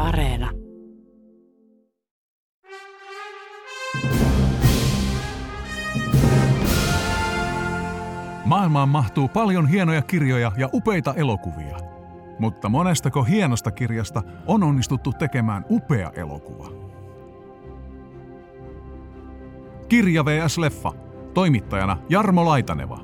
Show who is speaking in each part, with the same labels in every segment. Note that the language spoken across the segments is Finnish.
Speaker 1: Areena.
Speaker 2: Maailmaan mahtuu paljon hienoja kirjoja ja upeita elokuvia. Mutta monestako hienosta kirjasta on onnistuttu tekemään upea elokuva? Kirja vs. leffa. Toimittajana Jarmo Laitaneva.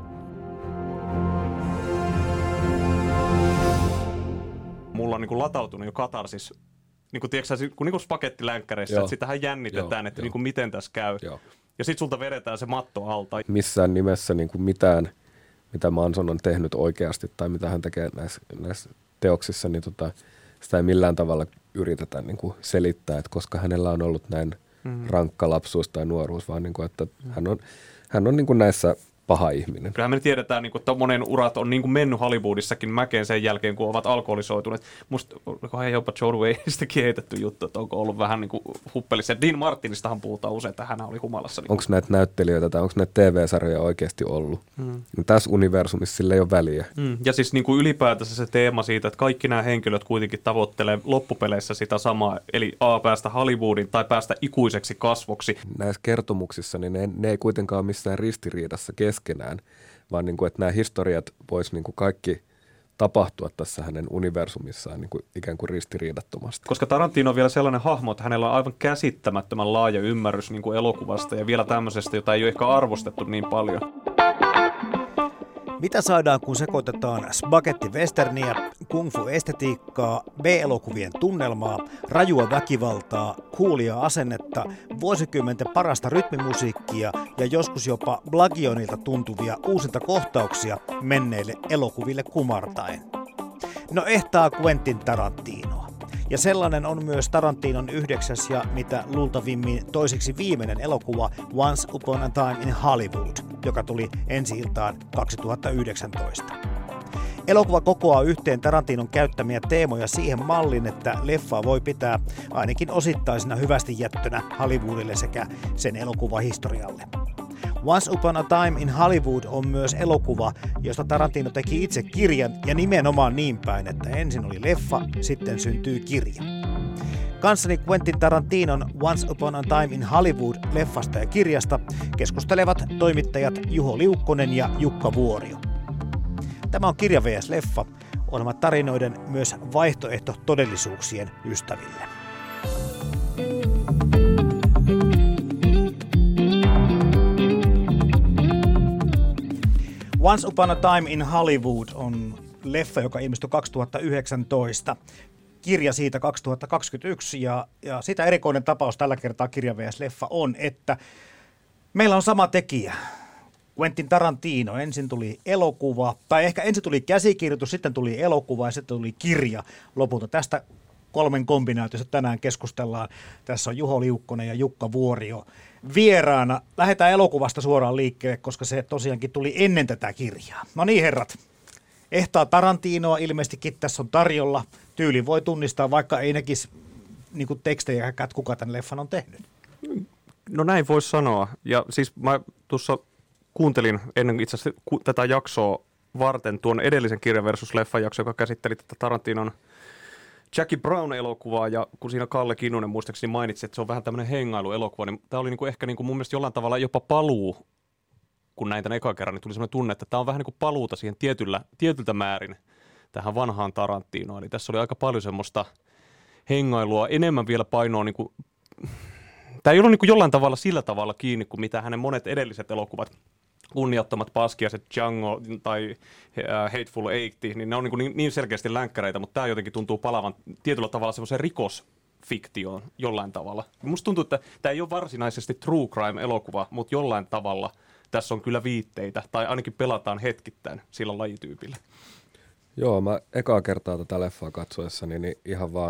Speaker 3: Mulla on niin latautunut jo katarsis, tiedätkö, kun spagettilänkkäreissä, että sitähän jännitetään, että miten tässä käy. Joo. Ja sit sulta vedetään se matto alta.
Speaker 4: Missään nimessä mitään, mitä Manson on tehnyt oikeasti tai mitä hän tekee näissä teoksissa, niin sitä ei millään tavalla yritetä selittää, että koska hänellä on ollut näin rankka lapsuus tai nuoruus, vaan että hän on näissä paha ihminen.
Speaker 3: Kyllähän me tiedetään, että monen urat on mennyt Hollywoodissakin mäkeen sen jälkeen, kun ovat alkoholisoituneet. Musta onkohan jopa Joe Waynestäkin heitetty juttu, että onko ollut vähän huppelissa. Dean Martinistahan puhutaan usein, että hän oli humalassa.
Speaker 4: Onko näitä näyttelijöitä tai onko näitä TV-sarjoja oikeasti ollut? Tässä universumissa sillä ei ole väliä.
Speaker 3: Ja siis ylipäätänsä se teema siitä, että kaikki nämä henkilöt kuitenkin tavoittelee loppupeleissä sitä samaa, eli päästä Hollywoodin tai päästä ikuiseksi kasvoksi.
Speaker 4: Näissä kertomuksissa niin ne ei kuitenkaan ole missään ristiriidassa keskenään, vaan että nämä historiat vois kaikki tapahtua tässä hänen universumissaan ikään kuin ristiriidattomasti.
Speaker 3: Koska Tarantino on vielä sellainen hahmo, että hänellä on aivan käsittämättömän laaja ymmärrys elokuvasta ja vielä tämmöisestä, jota ei ole ehkä arvostettu niin paljon.
Speaker 5: Mitä saadaan, kun sekoitetaan spagetti-westerniä, kung-fu-estetiikkaa, B-elokuvien tunnelmaa, rajua väkivaltaa, coolia asennetta, vuosikymmenten parasta rytmimusiikkia ja joskus jopa plagionilta tuntuvia uusinta kohtauksia menneille elokuville kumartaen? No ehtaa Quentin Tarantinoa. Ja sellainen on myös Tarantinon 9. ja mitä luultavimmin toiseksi viimeinen elokuva Once Upon a Time in Hollywood, joka tuli ensi-iltaan 2019. Elokuva kokoaa yhteen Tarantinon käyttämiä teemoja siihen malliin, että leffaa voi pitää ainakin osittaisena hyvästi jättönä Hollywoodille sekä sen elokuvahistorialle. Once Upon a Time in Hollywood on myös elokuva, josta Tarantino teki itse kirjan ja nimenomaan niin päin, että ensin oli leffa, sitten syntyy kirja. Kanssani Quentin Tarantinon Once Upon a Time in Hollywood-leffasta ja kirjasta keskustelevat toimittajat Juho Liukkonen ja Jukka Vuorio. Tämä on Kirja vs. leffa, ohjelma tarinoiden myös vaihtoehto todellisuuksien ystäville. Once Upon a Time in Hollywood on leffa, joka ilmestyi 2019. Kirja siitä 2021 ja sitä erikoinen tapaus tällä kertaa Kirja vs. leffa on, että meillä on sama tekijä. Quentin Tarantino. Ensin tuli elokuva, tai ehkä ensin tuli käsikirjoitus, sitten tuli elokuva ja sitten tuli kirja lopulta. Tästä 3 kombinaatiosta tänään keskustellaan. Tässä on Juho Liukkonen ja Jukka Vuorio vieraana. Lähdetään elokuvasta suoraan liikkeelle, koska se tosiaankin tuli ennen tätä kirjaa. No niin herrat, ehtaa Tarantinoa ilmeisestikin tässä on tarjolla. Tyyli voi tunnistaa, vaikka ei näkisi tekstejä, että kuka tämän leffan on tehnyt.
Speaker 3: No näin voisi sanoa. Ja siis mä tuossa kuuntelin ennen itse asiassa tätä jaksoa varten tuon edellisen Kirja versus leffan jakso, joka käsitteli tätä Tarantinon Jackie Brown-elokuvaa, ja kun siinä Kalle Kinnunen muistaakseni mainitsi, että se on vähän tämmöinen hengailuelokuva, niin tämä oli ehkä mun mielestä jollain tavalla jopa paluu, kun näin tämän eka kerran, niin tuli semmoinen tunne, että tämä on vähän niin kuin paluuta siihen tietyltä määrin tähän vanhaan Tarantinoon. Eli tässä oli aika paljon semmoista hengailua, enemmän vielä painoa, tämä ei ollut jollain tavalla sillä tavalla kiinni kuin mitä hänen monet edelliset elokuvat, Kunniattomat paskiaiset, Django tai Hateful Eight, niin ne on niin selkeästi länkkäreitä, mutta tämä jotenkin tuntuu palavan tietyllä tavalla semmoiseen rikosfiktioon jollain tavalla. Musta tuntuu, että tämä ei ole varsinaisesti true crime-elokuva, mutta jollain tavalla tässä on kyllä viitteitä, tai ainakin pelataan hetkittäin sillä lajityypillä.
Speaker 4: Joo, mä ekaa kertaa tätä leffaa katsoessani niin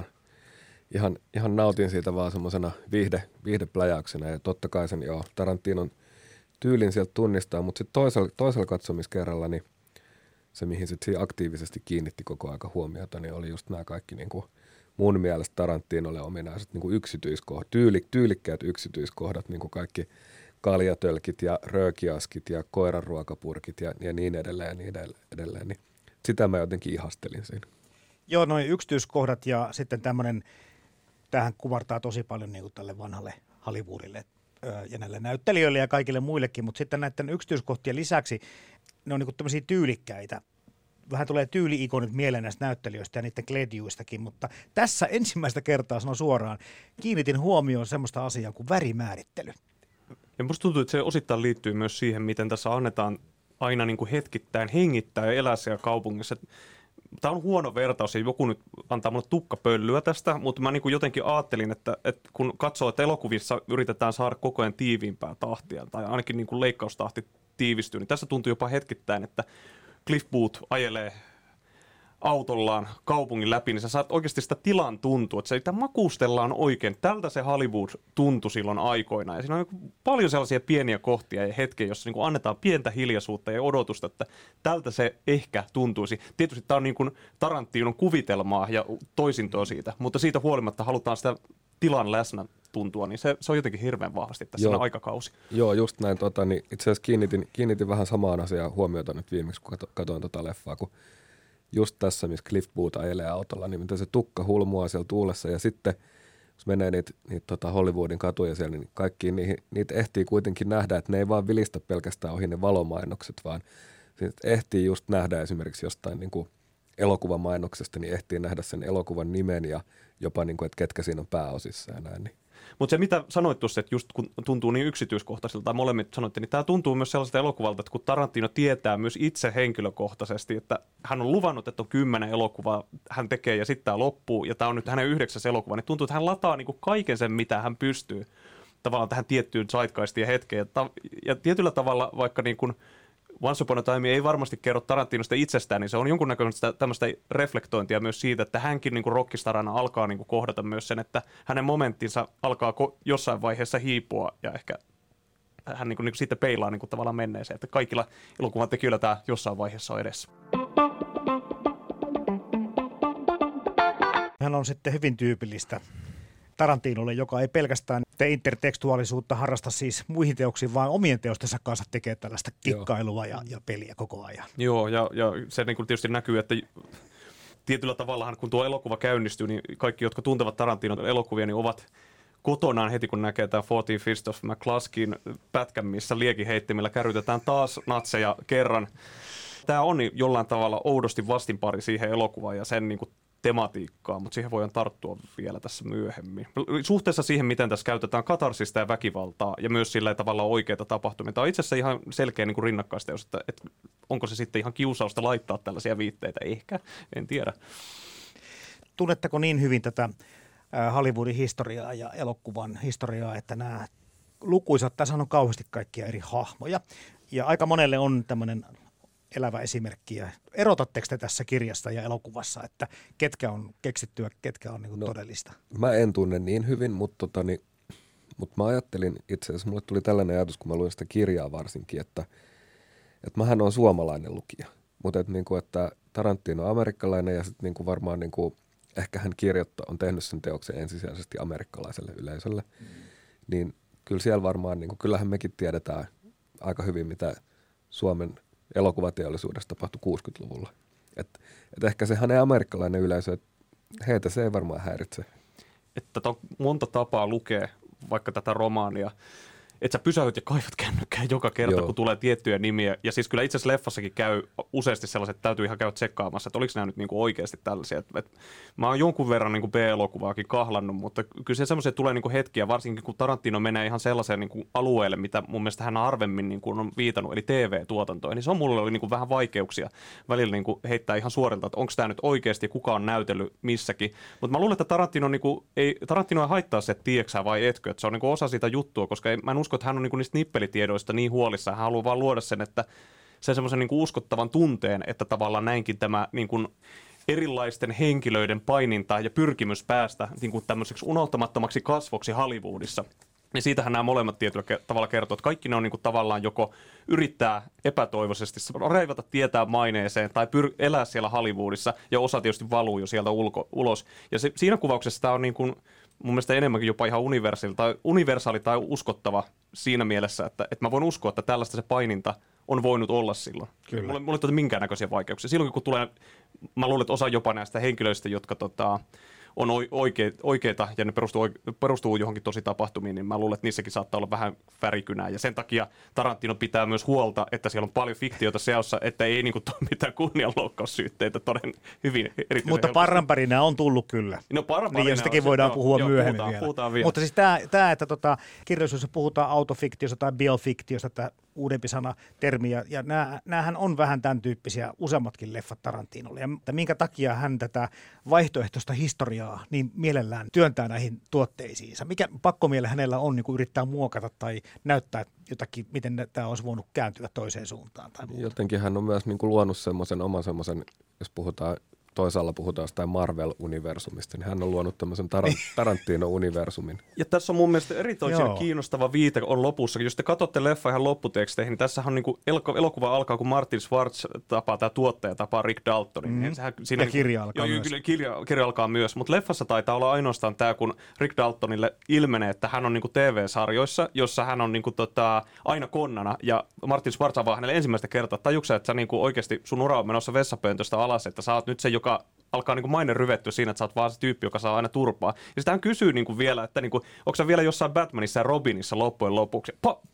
Speaker 4: ihan nautin siitä vaan semmoisena viihdepläjäyksenä, ja totta kai sen Tarantinon tyylin sieltä tunnistaa, mutta sitten toisella katsomiskerralla niin se, mihin sitten aktiivisesti kiinnitti koko aika huomiota, niin oli just nämä kaikki mun mielestä Tarantinolle ominaiset yksityiskohdat, tyylikkäät yksityiskohdat, kaikki kaljatölkit ja röökiaskit ja koiranruokapurkit ja niin edelleen. Niin sitä mä jotenkin ihastelin siinä.
Speaker 5: Joo, noin yksityiskohdat ja sitten tämmöinen tämähän kuvartaa tosi paljon niin kuin tälle vanhalle Hollywoodille ja näille näyttelijöille ja kaikille muillekin, mutta sitten näiden yksityiskohtien lisäksi ne on niin kuin tämmöisiä tyylikkäitä. Vähän tulee tyyli-ikonit mieleen näistä näyttelijöistä ja niiden kledjuistakin, mutta tässä ensimmäistä kertaa, sanon suoraan, kiinnitin huomioon semmoista asiaa kuin värimäärittely.
Speaker 3: Ja musta tuntuu, että se osittain liittyy myös siihen, miten tässä annetaan aina niin kuin hetkittäin hengittää ja elää siellä kaupungissa. Tämä on huono vertaus ja joku nyt antaa mulle tukkapöllyä tästä, mutta mä niin kuin jotenkin ajattelin, että kun katsoo, että elokuvissa yritetään saada koko ajan tiiviimpää tahtia tai ainakin niin kuin leikkaustahti tiivistyy, niin tässä tuntuu jopa hetkittäin, että Cliff Booth ajelee autollaan kaupungin läpi, niin sä saat oikeasti sitä tilan tuntua, että sitä makustellaan oikein. Tältä se Hollywood tuntui silloin aikoina. Ja siinä on paljon sellaisia pieniä kohtia ja hetkiä, joissa niin annetaan pientä hiljaisuutta ja odotusta, että tältä se ehkä tuntuisi. Tietysti tämä on niin kuin Tarantinon kuvitelmaa ja toisintoa siitä, mutta siitä huolimatta halutaan sitä tilan läsnä tuntua, niin se on jotenkin hirveän vahvasti tässä aikakausi.
Speaker 4: Joo, just näin. Niin itse asiassa kiinnitin vähän samaan asiaan huomiota nyt viimeksi, kun katsoin leffaa, kun just tässä, missä Cliff Booth ajelee autolla, niin miten se tukka hulmuaa siellä tuulessa ja sitten, jos menee niitä Hollywoodin katuja siellä, niin kaikkiin niitä ehtii kuitenkin nähdä, että ne ei vaan vilistä pelkästään ohi ne valomainokset, vaan ehtii just nähdä esimerkiksi jostain niin kuin elokuvamainoksesta, niin ehtii nähdä sen elokuvan nimen ja jopa, niin kuin, että ketkä siinä on pääosissa ja näin. Niin.
Speaker 3: Mutta se, mitä sanoit tuossa, että just kun tuntuu niin yksityiskohtaiselta, tai molemmat sanoitte, niin tämä tuntuu myös sellaiselta elokuvalta, että kun Tarantino tietää myös itse henkilökohtaisesti, että hän on luvannut, että on 10 elokuvaa, hän tekee ja sitten tämä loppuu, ja tämä on nyt hänen 9. elokuva, niin tuntuu, että hän lataa niin kuin kaiken sen, mitä hän pystyy tavallaan tähän tiettyyn zeitgeistiin ja hetkeen. Ja tietyllä tavalla, vaikka niin kuin Once Upon a Time ei varmasti kerro Tarantinosta itsestään, niin se on jonkunnäköistä tämmöistä reflektointia myös siitä, että hänkin niin kuin rockistarana alkaa niin kuin kohdata myös sen, että hänen momenttinsa alkaa jossain vaiheessa hiipua ja ehkä hän niin kuin sitten peilaa niin kuin tavallaan menneeseen, että kaikilla elokuvan tekijöillä tämä jossain vaiheessa on edessä.
Speaker 5: Hän on sitten hyvin tyypillistä Tarantinolle, joka ei pelkästään intertekstuaalisuutta harrasta siis muihin teoksiin, vaan omien teostensa kanssa tekee tällaista kikkailua ja peliä koko ajan.
Speaker 3: Joo, ja se niin kuin tietysti näkyy, että tietyllä tavallahan kun tuo elokuva käynnistyy, niin kaikki, jotka tuntevat Tarantinon elokuvia, niin ovat kotonaan heti, kun näkee tämä 14 Fist of McCluskin pätkän, missä liekiheittimillä kärrytetään taas natseja kerran. Tämä on jollain tavalla oudosti vastinpari siihen elokuvaan ja sen niin kuin tematiikkaa, mutta siihen voidaan tarttua vielä tässä myöhemmin. Suhteessa siihen, miten tässä käytetään katarsista ja väkivaltaa ja myös sillä tavalla oikeita tapahtumia. Tämä on itse asiassa ihan selkeä niin kuin rinnakkaisteos, että onko se sitten ihan kiusausta laittaa tällaisia viitteitä? Ehkä, en tiedä.
Speaker 5: Tunnetteko niin hyvin tätä Hollywoodin historiaa ja elokuvan historiaa, että nämä lukuisat, tässä on kauheasti kaikkia eri hahmoja ja aika monelle on tämmöinen elävä esimerkki. Ja erotatteko te tässä kirjassa ja elokuvassa, että ketkä on keksittyä, ketkä on niin todellista?
Speaker 4: Mä en tunne niin hyvin, mutta mä ajattelin itse asiassa, mulle tuli tällainen ajatus, kun mä luin sitä kirjaa varsinkin, että mähän on suomalainen lukija, mutta että Tarantino on amerikkalainen ja sitten varmaan ehkä hän on tehnyt sen teoksen ensisijaisesti amerikkalaiselle yleisölle, niin kyllä siellä varmaan, kyllähän mekin tiedetään aika hyvin, mitä Suomen elokuvateollisuudessa tapahtui 60-luvulla. Et ehkä se hänen amerikkalainen yleisö, että heitä se ei varmaan häiritse.
Speaker 3: Että on monta tapaa lukea vaikka tätä romaania, että sä pysäyt ja kaivat kännykkää joka kerta, kun tulee tiettyjä nimiä. Ja siis kyllä itse asiassa leffassakin käy useasti sellaiset, että täytyy ihan käydä tsekkaamassa, että oliko nämä nyt niinku oikeasti tällaisia. Mä oon jonkun verran niinku B-elokuvaakin kahlannut, mutta kyllä se semmoisia tulee niinku hetkiä, varsinkin kun Tarantino menee ihan sellaiseen niinku alueelle, mitä mun mielestä hän harvemmin niinku on viitannut, eli TV-tuotantoon. Niin se on mulle oli niinku vähän vaikeuksia välillä niinku heittää ihan suorilta, että onko tämä nyt oikeasti ja kuka on näytellyt missäkin. Mutta mä luulen, että Tarantino ei haittaa se, että tieksää vai etkö, että se on niinku osa sitä juttua, koska mä en usko, että hän on niinku niistä nippelitiedoista niin huolissaan. Hän haluaa vaan luoda sen, että se semmoisen niinku uskottavan tunteen, että tavallaan näinkin tämä niinku erilaisten henkilöiden paininta ja pyrkimys päästä niinku tämmöiseksi unohtamattomaksi kasvoksi Hollywoodissa. Ja siitähän nämä molemmat tietyllä tavalla kertoo, että kaikki ne on niinku tavallaan joko yrittää epätoivoisesti raivata tietää maineeseen tai elää siellä Hollywoodissa, ja osa tietysti valuu jo sieltä ulos. Ja siinä kuvauksessa tämä on niinku mun mielestä enemmänkin jopa ihan universaali tai uskottava siinä mielessä, että mä voin uskoa, että tällaista se paininta on voinut olla silloin. Mulla ei ole minkäännäköisiä vaikeuksia. Silloin kun tulee, mä luulen, että osa jopa näistä henkilöistä, jotka on oikeita ja ne perustuu johonkin tosi tapahtumiin, niin mä luulen, että niissäkin saattaa olla vähän värikynää. Ja sen takia Tarantino pitää myös huolta, että siellä on paljon fiktiota seossa, että ei niin kuin tule mitään kunnianloukkaussyytteitä hyvin erityisen
Speaker 5: Mutta parranpärinää on tullut kyllä.
Speaker 3: No
Speaker 5: niin, jostakin voidaan puhua myöhemmin vielä. Mutta siis tämä että kirjallisuudessa puhutaan autofiktiosta tai biofiktiosta, tämä uudempi sana, termi, ja näähän on vähän tämän tyyppisiä useammatkin leffat Tarantinolle. Ja minkä takia hän tätä vaihtoehtoista historiaa niin mielellään työntää näihin tuotteisiinsa? Mikä pakkomielle hänellä on niin kuin yrittää muokata tai näyttää jotakin, miten tämä olisi voinut kääntyä toiseen suuntaan? Tai
Speaker 4: jotenkin hän on myös niin kuin luonut semmoisen, jos toisaalla puhutaan jostain Marvel-universumista, niin hän on luonut tämmöisen Tarantino-universumin.
Speaker 3: Ja tässä on mun mielestä erityisen kiinnostava viite on lopussa. Jos te katsotte leffa ihan lopputeksteihin, niin tässähän on niin elokuva alkaa, kun Martin Schwartz tämä tuottaja tapaa Rick Daltonin.
Speaker 5: Mm-hmm. Ja kirja alkaa myös.
Speaker 3: Kirja alkaa myös, mutta leffassa taitaa olla ainoastaan tämä, kun Rick Daltonille ilmenee, että hän on niin kuin TV-sarjoissa, jossa hän on niin kuin aina konnana, ja Martin Schwartz avaa hänelle ensimmäistä kertaa. Tajuuksä, että sä niin kuin oikeasti sun ura on menossa vessapöntöstä alas, että sä oot nyt se, joka alkaa niin kuin maine ryvettyä siinä, että sä oot vaan se tyyppi, joka saa aina turpaa. Ja sitten hän kysyy niin kuin vielä, että niin kuin, onko sä vielä jossain Batmanissa ja Robinissa loppujen lopuksi?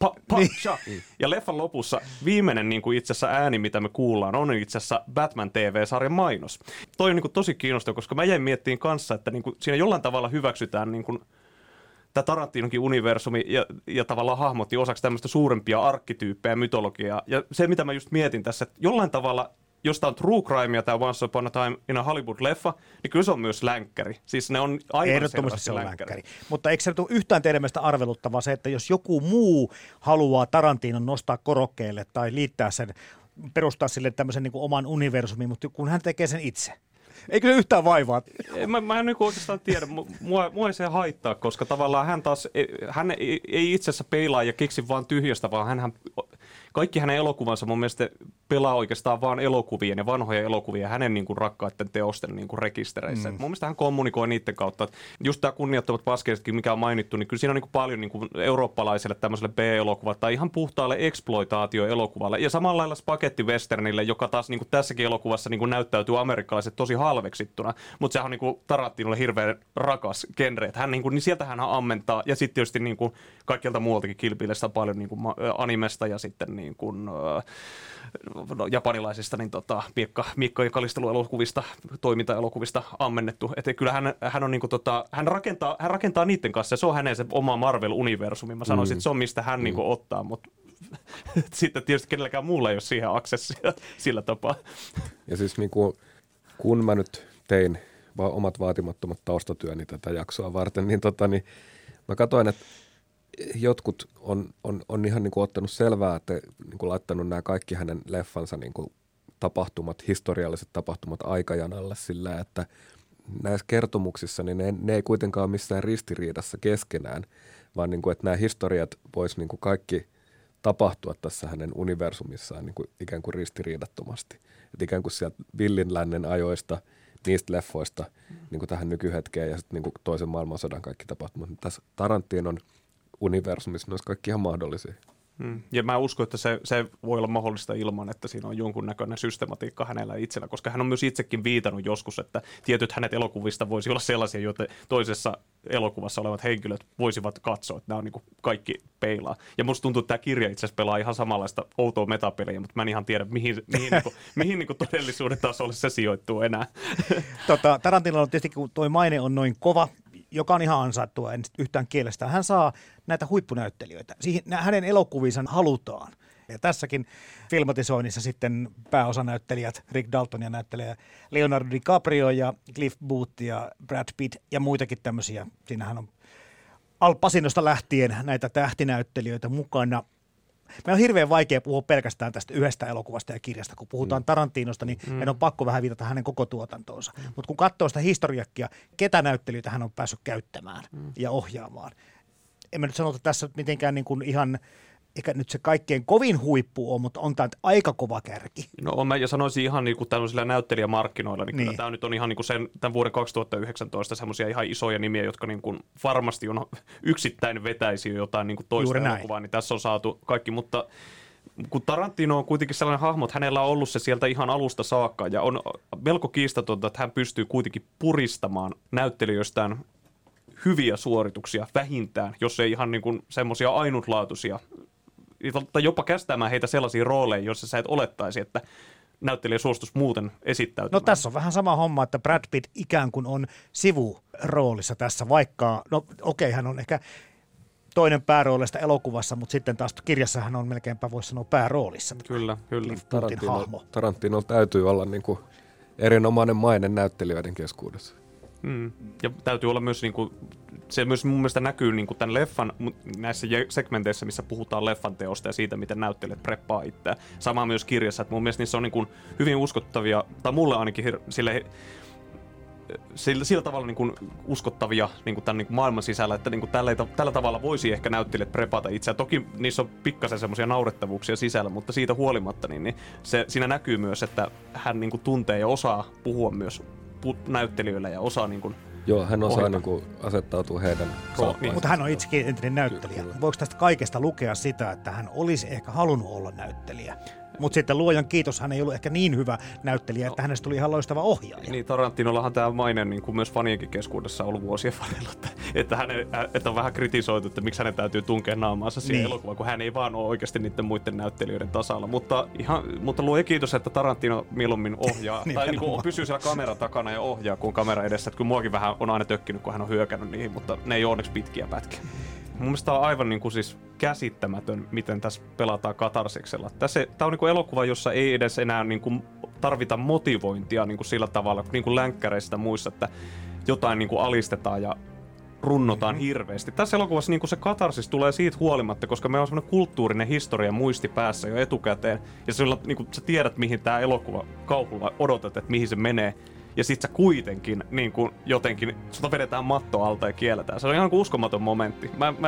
Speaker 3: Ja leffan lopussa viimeinen niin kuin itse asiassa ääni, mitä me kuullaan, on itse asiassa Batman TV-sarjan mainos. Toi on niin kuin tosi kiinnostava, koska mä jäin miettiin kanssa, että niin kuin siinä jollain tavalla hyväksytään niin kuin tämä Tarantinonkin universumi ja tavallaan hahmotti osaksi tämmöistä suurempia arkkityyppejä, mytologiaa. Ja se, mitä mä just mietin tässä, että jollain tavalla, jos tämä on true crime ja tämä Once Upon a Time in a Hollywood-leffa, niin kyllä se on myös länkkäri. Siis ne on aivan
Speaker 5: ehdottomasti se on länkkäri. Mutta eikö se nyt ole yhtään teidän mielestä arveluttavaa se, että jos joku muu haluaa Tarantinon nostaa korokkeelle tai liittää sen, perustaa sille tämmöisen niin kuin oman universumin, mutta kun hän tekee sen itse? Eikö se yhtään vaivaa?
Speaker 3: Mä en oikeastaan tiedä. Mua ei se haittaa, koska tavallaan hän ei itse asiassa peilaa ja keksi vaan tyhjöstä, vaan kaikki hänen elokuvansa mun mielestä pelaa oikeastaan vaan elokuvien ja vanhoja elokuvia hänen niin kuin rakkaiden teosten niin kuin rekistereissä. Mun mielestä hän kommunikoi niiden kautta. Just tämä Kunniattomat paskeisetkin, mikä on mainittu, niin kyllä siinä on niin kuin paljon niin kuin eurooppalaiselle tämmöiselle B-elokuvalle tai ihan puhtaalle exploitaatio-elokuvalle. Ja samalla lailla spagettivesternille, joka taas niin kuin tässäkin elokuvassa niin kuin näyttäytyy amerikkalaiset tosi halveksittuna. Mutta sehän on niin kuin Tarantinolle hirveän rakas genre. Hän, niin sieltä hän ammentaa. Ja sitten tietysti niin kuin kaikkialta muualtakin Kill paljon niin kuin animesta ja sitten niin kuin, japanilaisista niin miekka- ja kalisteluelokuvista, toimintaelokuvista ammennettu. Että kyllä hän on niin kuin, hän rakentaa niiden kanssa, ja se on hänen se oma Marvel-universumi. Mä sanoisin, että se on mistä hän niin kuin ottaa, mutta sitten tietysti kenelläkään muulla ei ole siihen aksessia sillä tapaa.
Speaker 4: Ja siis niin kuin, kun mä nyt tein omat vaatimattomat taustatyöni tätä jaksoa varten, niin, niin mä katsoin, että jotkut on ihan niin kuin ottanut selvää, että niin kuin laittanut nämä kaikki hänen leffansa niin kuin historialliset tapahtumat aikajanalle sillä, että näissä kertomuksissa niin ne ei kuitenkaan ole missään ristiriidassa keskenään, vaan niin kuin, että nämä historiat vois niin kuin kaikki tapahtua tässä hänen universumissaan niin kuin ikään kuin ristiriidattomasti. Että ikään kuin sieltä villin lännen ajoista, niistä leffoista niin kuin tähän nykyhetkeen ja sitten niin kuin toisen maailmansodan kaikki tapahtumat. Tässä Tarantinon universumissa ne olisi kaikki ihan mahdollisia.
Speaker 3: Ja mä uskon, että se voi olla mahdollista ilman, että siinä on jonkunnäköinen systematiikka hänellä itsellä, koska hän on myös itsekin viitannut joskus, että tietyt hänet elokuvista voisi olla sellaisia, joita toisessa elokuvassa olevat henkilöt voisivat katsoa, että nämä on niin kuin kaikki peilaa. Ja musta tuntuu, että tämä kirja itse asiassa pelaa ihan samanlaista outoa metapeliä, mutta mä en ihan tiedä, mihin niin kuin todellisuuden tasolle se sijoittuu enää.
Speaker 5: Tarantinolla on tietysti, kun tuo maine on noin kova, joka on ihan ansaittua, en yhtään kielestä. Hän saa näitä huippunäyttelijöitä. Hänen elokuviinsa halutaan. Ja tässäkin filmatisoinnissa sitten pääosanäyttelijät, Rick Daltonia näyttelee Leonardo DiCaprio ja Cliff Booth ja Brad Pitt ja muitakin tämmöisiä. Siinähän on Al Pacinosta lähtien näitä tähtinäyttelijöitä mukana. Me on hirveän vaikea puhua pelkästään tästä yhdestä elokuvasta ja kirjasta. Kun puhutaan Tarantinosta, niin meidän on pakko vähän viitata hänen koko tuotantoonsa. Mutta kun katsoo sitä historiakkia, ketä näyttelyitä hän on päässyt käyttämään ja ohjaamaan. En mä nyt sano, että tässä mitenkään niin kuin ihan, eikä nyt se kaikkein kovin huippu on, mutta on tämä aika kova kärki.
Speaker 3: No mä sanoisin ihan niin kuin tämmöisillä näyttelijämarkkinoilla, niin kyllä tämä nyt on ihan niin kuin tämän vuoden 2019 semmoisia ihan isoja nimiä, jotka niin kuin varmasti on yksittäin vetäisi jotain niin kuin toista elokuvaa, niin tässä on saatu kaikki, mutta kun Tarantino on kuitenkin sellainen hahmo, että hänellä on ollut se sieltä ihan alusta saakka ja on melko kiistatonta, että hän pystyy kuitenkin puristamaan näyttelijöistään hyviä suorituksia vähintään, jos ei ihan niin kuin semmoisia ainutlaatuisia, tai jopa kästämään heitä sellaisiin rooleihin, joissa sä et olettaisi, että näyttelijä suostus muuten esittäytymään.
Speaker 5: No tässä on vähän sama homma, että Brad Pitt ikään kuin on sivuroolissa tässä, vaikka, no okei, hän on ehkä toinen pääroolista elokuvassa, mutta sitten taas kirjassa hän on melkeinpä, voisi sanoa, pääroolissa.
Speaker 3: Kyllä.
Speaker 4: Tarantino täytyy olla niin kuin erinomainen maine näyttelijöiden keskuudessa.
Speaker 3: Ja täytyy olla myös, niin kuin, se myös mun mielestä näkyy niin kuin tämän leffan näissä segmenteissä, missä puhutaan leffan teosta ja siitä, miten näyttelijät preppaa itseään. Sama myös kirjassa, että mun mielestä niissä on niin kuin hyvin uskottavia, tai mulle ainakin sillä tavalla niin kuin uskottavia niin kuin tämän niin kuin maailman sisällä, että niin kuin tällä tavalla voisi ehkä näyttelijät prepata itseään. Toki niissä on pikkasen semmoisia naurettavuuksia sisällä, mutta siitä huolimatta niin siinä näkyy myös, että hän niin kuin tuntee ja osaa puhua myös näyttelijöillä ja osaa niin kuin
Speaker 4: Joo, hän osaa niin kuin asettautua heidän
Speaker 5: niin, mutta hän on itsekin entinen näyttelijä. Kyllä. Voiko tästä kaikesta lukea sitä, että hän olisi ehkä halunnut olla näyttelijä? Mutta sitten luojan kiitos, hän ei ollut ehkä niin hyvä näyttelijä, että hänestä tuli ihan loistava ohjaaja.
Speaker 3: Niin, Tarantinollahan tämä maine niin kuin myös fanienkin keskuudessa ollut vuosien varrella, että on vähän kritisoitu, että miksi hänen täytyy tunkea naamaansa siihen elokuvaan, kun hän ei vaan ole oikeasti niiden muiden näyttelijöiden tasalla. Mutta luoja kiitos, että Tarantino mieluummin ohjaa, tai niin kuin pysyy siellä kameran takana ja ohjaa kuin kamera edessä. Että kyllä muakin vähän on aina tökkinyt, kun hän on hyökännyt niihin, mutta ne ei ole onneksi pitkiä pätkiä. Mun mielestä tämä on aivan niin kuin siis käsittämätön, miten tässä pelataan katarsiksella. Tämä on niin kuin elokuva, jossa ei edes enää niin kuin tarvita motivointia niin kuin sillä tavalla, niin kuin länkkäreistä muissa, että jotain niin kuin alistetaan ja runnotaan hirveästi. Tässä elokuvassa niin kuin se katarsis tulee siitä huolimatta, koska meillä on semmoinen kulttuurinen historia muisti päässä jo etukäteen. Ja sillä, niin kuin sä tiedät, mihin tämä elokuva kauhulla odotat, että mihin se menee. Ja sit sä kuitenkin niin kuin jotenkin, sulta vedetään matto alta ja kielletään. Se on ihan uskomaton momentti.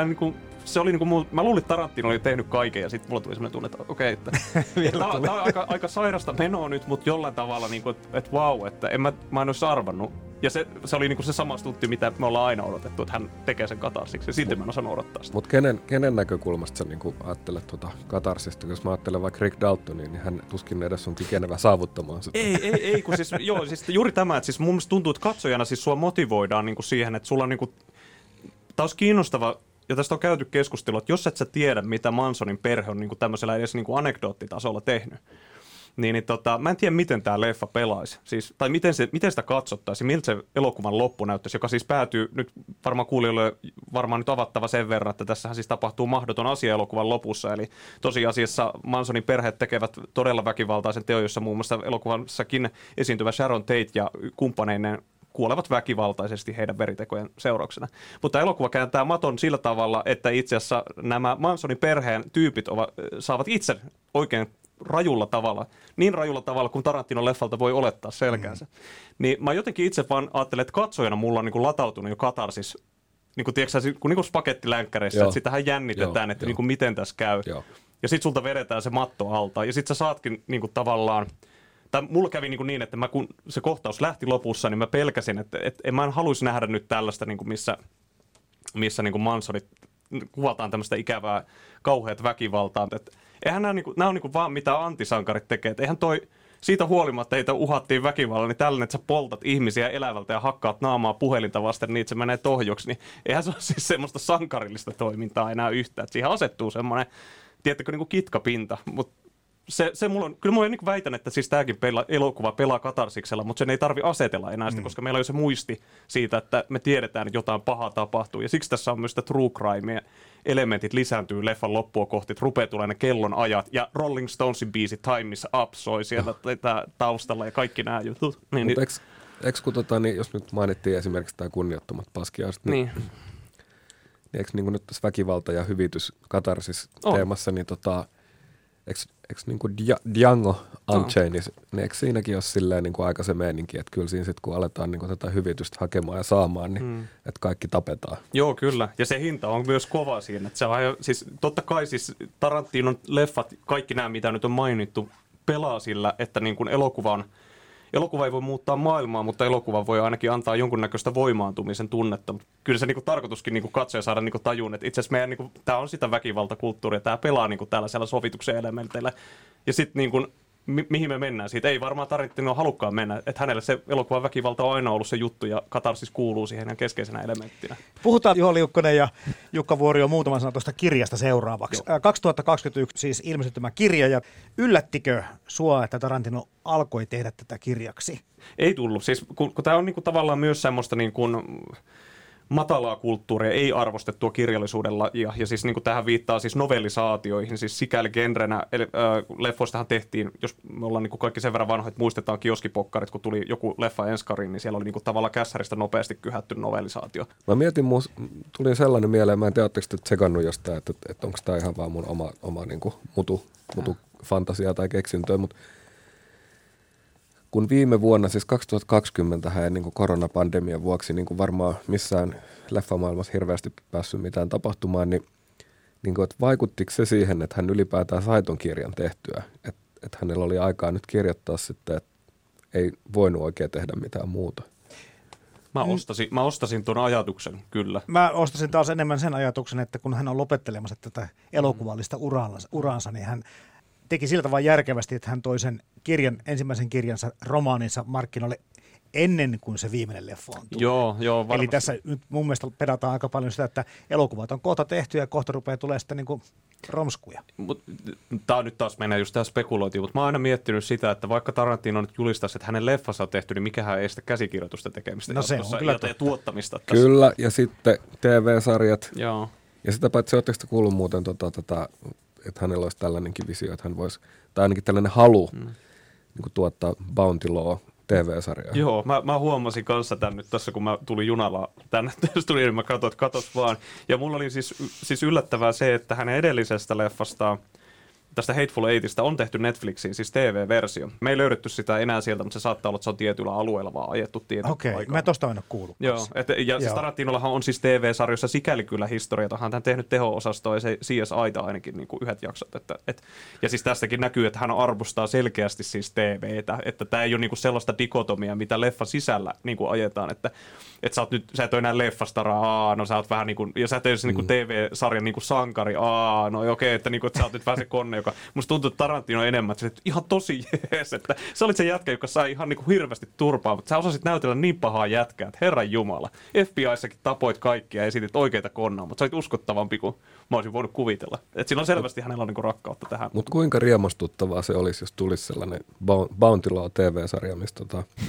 Speaker 3: Se oli mä luulin, että Tarantino oli tehnyt kaiken ja sitten mulla tuli semmoinen tunne, että okei, että tää on aika sairasta menoa nyt, mutta jollain tavalla, niin kuin, että vau, että mä en olisi arvannut. Ja se oli niin kuin se sama stuntti, mitä me ollaan aina odotettu, että hän tekee sen katarsiksi ja silti mä en osannut odottaa sitä.
Speaker 4: Mutta kenen näkökulmasta sä niin kuin ajattelet katarsista? Jos mä ajattelen vaikka Rick Daltonia, niin hän tuskin edes on kykenevä saavuttamaan sitä.
Speaker 3: Ei, kun siis juuri tämä, että siis mun mielestä tuntuu, että katsojana siis sua motivoidaan niin kuin siihen, että sulla on niin kuin, tää olisi kiinnostava. Ja tästä on käyty keskustelua, että jos et sä tiedä, mitä Mansonin perhe on niin kuin tämmöisellä edes niin kuin anekdoottitasolla tehnyt, niin mä en tiedä, miten tämä leffa pelaisi. Siis, tai miten sitä katsottaisiin, miltä se elokuvan loppu näyttäisi, joka siis päätyy nyt varmaan kuulijoille nyt avattava sen verran, että tässähän siis tapahtuu mahdoton asia elokuvan lopussa. Eli tosiasiassa Mansonin perheet tekevät todella väkivaltaisen teon, jossa muun muassa elokuvassakin esiintyvä Sharon Tate ja kumppaneineen kuolevat väkivaltaisesti heidän veritekojen seurauksena. Mutta elokuva kääntää maton sillä tavalla, että itse asiassa nämä Mansonin perheen tyypit saavat itse oikein rajulla tavalla, niin rajulla tavalla kuin Tarantinon leffalta voi olettaa selkäänsä. Niin mä jotenkin itse vaan ajattelen, että katsojana mulla on niin kuin latautunut jo katarsis, niin kuin tiedätkö, niin kuin spakettilänkkäreissä, että sitähän jännitetään, että niin kuin miten tässä käy. Joo. Ja sit sulta vedetään se matto alta ja sit sä saatkin niin kuin tavallaan, tai mulla kävi niin, että kun se kohtaus lähti lopussa, niin mä pelkäsin, että mä en haluaisi nähdä nyt tällaista, niin kuin missä niin kuin Mansonit kuvataan tämmöistä ikävää, kauheat väkivaltaa. Eihän nämä on niin kuin vaan mitä antisankarit tekee. Et eihän siitä huolimatta heitä uhattiin väkivallalla, niin tällainen, että sä poltat ihmisiä elävältä ja hakkaat naamaa puhelinta vasten, niin se menee tohjoksi. Niin eihän se ole siis semmoista sankarillista toimintaa enää yhtään. Et siihen asettuu semmoinen, tiedättekö, niin kuin kitkapinta, mutta kyllä mä niin väitän, että siis tämäkin elokuva pelaa katarsiksella, mutta sen ei tarvi asetella enää sitä, koska meillä on jo se muisti siitä, että me tiedetään, että jotain pahaa tapahtuu. Ja siksi tässä on myös sitä true crime elementit lisääntyy leffan loppua kohti, että rupeaa tulemaan ne kellonajat ja Rolling Stonesin biisi Time is Up soi siellä taustalla ja kaikki nämä jutut.
Speaker 4: Mutta eikö niin, jos nyt mainittiin esimerkiksi tämä kunnioittamat paskiaiset, niin eikö niin nyt tässä väkivalta- ja hyvitys katarsis teemassa, niin eikö niin kuin Django Unchained, niin eikö siinäkin ole silleen niin kuin aika se meininki, että kyllä siinä sitten kun aletaan niin kuin tätä hyvitystä hakemaan ja saamaan, niin että kaikki tapetaan.
Speaker 3: Joo, kyllä. Ja se hinta on myös kova siinä. Että se on, siis, totta kai siis Tarantinon leffat, kaikki nämä mitä nyt on mainittu, pelaa sillä, että niin kuin elokuva on elokuva ei voi muuttaa maailmaa, mutta elokuva voi ainakin antaa jonkunnäköistä voimaantumisen tunnetta. Kyllä se tarkoituskin katsoja saada tajuun, että itse asiassa meidän tämä on sitä väkivaltakulttuuria, tämä pelaa tällaisella sovituksen elementeillä. Ja sitten mihin me mennään siitä? Ei varmaan Tarantino halukkaan mennä, että hänelle se elokuvan väkivalta on aina ollut se juttu ja katarsis kuuluu siihen keskeisenä elementtinä.
Speaker 5: Puhutaan Juho Liukkonen ja Jukka Vuorio muutaman sanan tuosta kirjasta seuraavaksi. 2021 siis ilmestytymä kirja, ja yllättikö sua, että Tarantino alkoi tehdä tätä kirjaksi?
Speaker 3: Ei tullut. Siis, kun tämä on tavallaan myös semmoista matalaa kulttuuria, ei arvostettua kirjallisuudella, ja siis tähän viittaa siis novellisaatioihin, siis sikäli genrenä, leffoistahan tehtiin, jos me ollaan kaikki sen verran vanhoja, että muistetaan kioskipokkarit, kun tuli joku leffa enskariin, niin siellä oli tavallaan kässäristä nopeasti kyhätty novellisaatio.
Speaker 4: Mä mietin, tuli sellainen mieleen, mä en tiedä, oletteko te tsekannut jostain, että onko tämä ihan vaan mun oma mutu fantasiaa tai keksintöä, mutta kun viime vuonna, siis 2020 ennen kuin koronapandemian vuoksi varmaan missään leffamaailmassa hirveästi päässyt mitään tapahtumaan, niin että vaikuttiko se siihen, että hän ylipäätään sai ton kirjan tehtyä? Että hänellä oli aikaa nyt kirjoittaa sitten, että ei voinut oikein tehdä mitään muuta.
Speaker 3: Mä ostasin tuon ajatuksen, kyllä.
Speaker 5: Mä ostasin taas enemmän sen ajatuksen, että kun hän on lopettelemassa tätä elokuvallista uraansa, niin hän teki siltä vaan järkevästi, että hän toi sen ensimmäisen kirjansa, romaaninsa markkinoille ennen kuin se viimeinen leffa on tullut.
Speaker 3: Joo, varmasti.
Speaker 5: Eli tässä nyt mun mielestä pedataan aika paljon sitä, että elokuvat on kohta tehty ja kohta rupeaa tulee sitten romskuja.
Speaker 3: Tämä nyt taas menee just tähän spekuloitiin, mutta mä oon aina miettinyt sitä, että vaikka Tarantino nyt julistaisi, että hänen leffansa on tehty, niin mikähän ei sitä käsikirjoitusta tekemistä.
Speaker 5: No se on kyllä
Speaker 3: ja tuottamista.
Speaker 4: Kyllä, ja sitten TV-sarjat.
Speaker 3: Joo.
Speaker 4: Ja sitä paitsi, ootteko te kuullut muuten että hänellä olisi tällainenkin visio, että hän voisi, tai ainakin tällainen halu tuottaa Bounty Law TV-sarjaa.
Speaker 3: Joo, mä huomasin kanssa tämän nyt tässä, kun mä tulin junalla tänne studioon, mä katsoin, että katos vaan. Ja mulla oli siis yllättävää se, että hänen edellisestä leffastaan, tästä Hateful Eightistä on tehty Netflixiin, siis TV-versio. Me ei löydetty sitä enää sieltä, mutta se saattaa olla, että se on tietyllä alueella vaan ajettu tietyn aikaan.
Speaker 5: Okei, mä tosta aina kuullut.
Speaker 3: Joo, siis Tarantinollahan on siis TV-sarjoissa sikäli kyllä historiaa. Hän on tehnyt teho-osastoa ja se CSI:ta ainakin yhdet jaksot. Ja siis tästäkin näkyy, että hän arvostaa selkeästi siis TVtä, että tämä ei ole sellaista dikotomia, mitä leffan sisällä ajetaan, että sä et ole enää leffastara, no sä oot vähän ja sä et ole TV-sarjan sankari, no okei, että sä oot nyt vähän se konne, joka musta tuntuu, että Tarantino on enemmän, että ihan tosi jees, että sä olit se jätkä, joka sai ihan hirveästi turpaa, mutta sä osasit näytellä niin pahaa jätkää, että Herran Jumala, FBI:ssakin tapoit kaikkia ja esitit oikeita konnaa, mutta sä olit uskottavampi kuin mä olisin voinut kuvitella. Että silloin selvästi hänellä on rakkautta tähän.
Speaker 4: Mutta kuinka riemastuttavaa se olisi, jos tulisi sellainen Bounty Law TV-sarja, mistä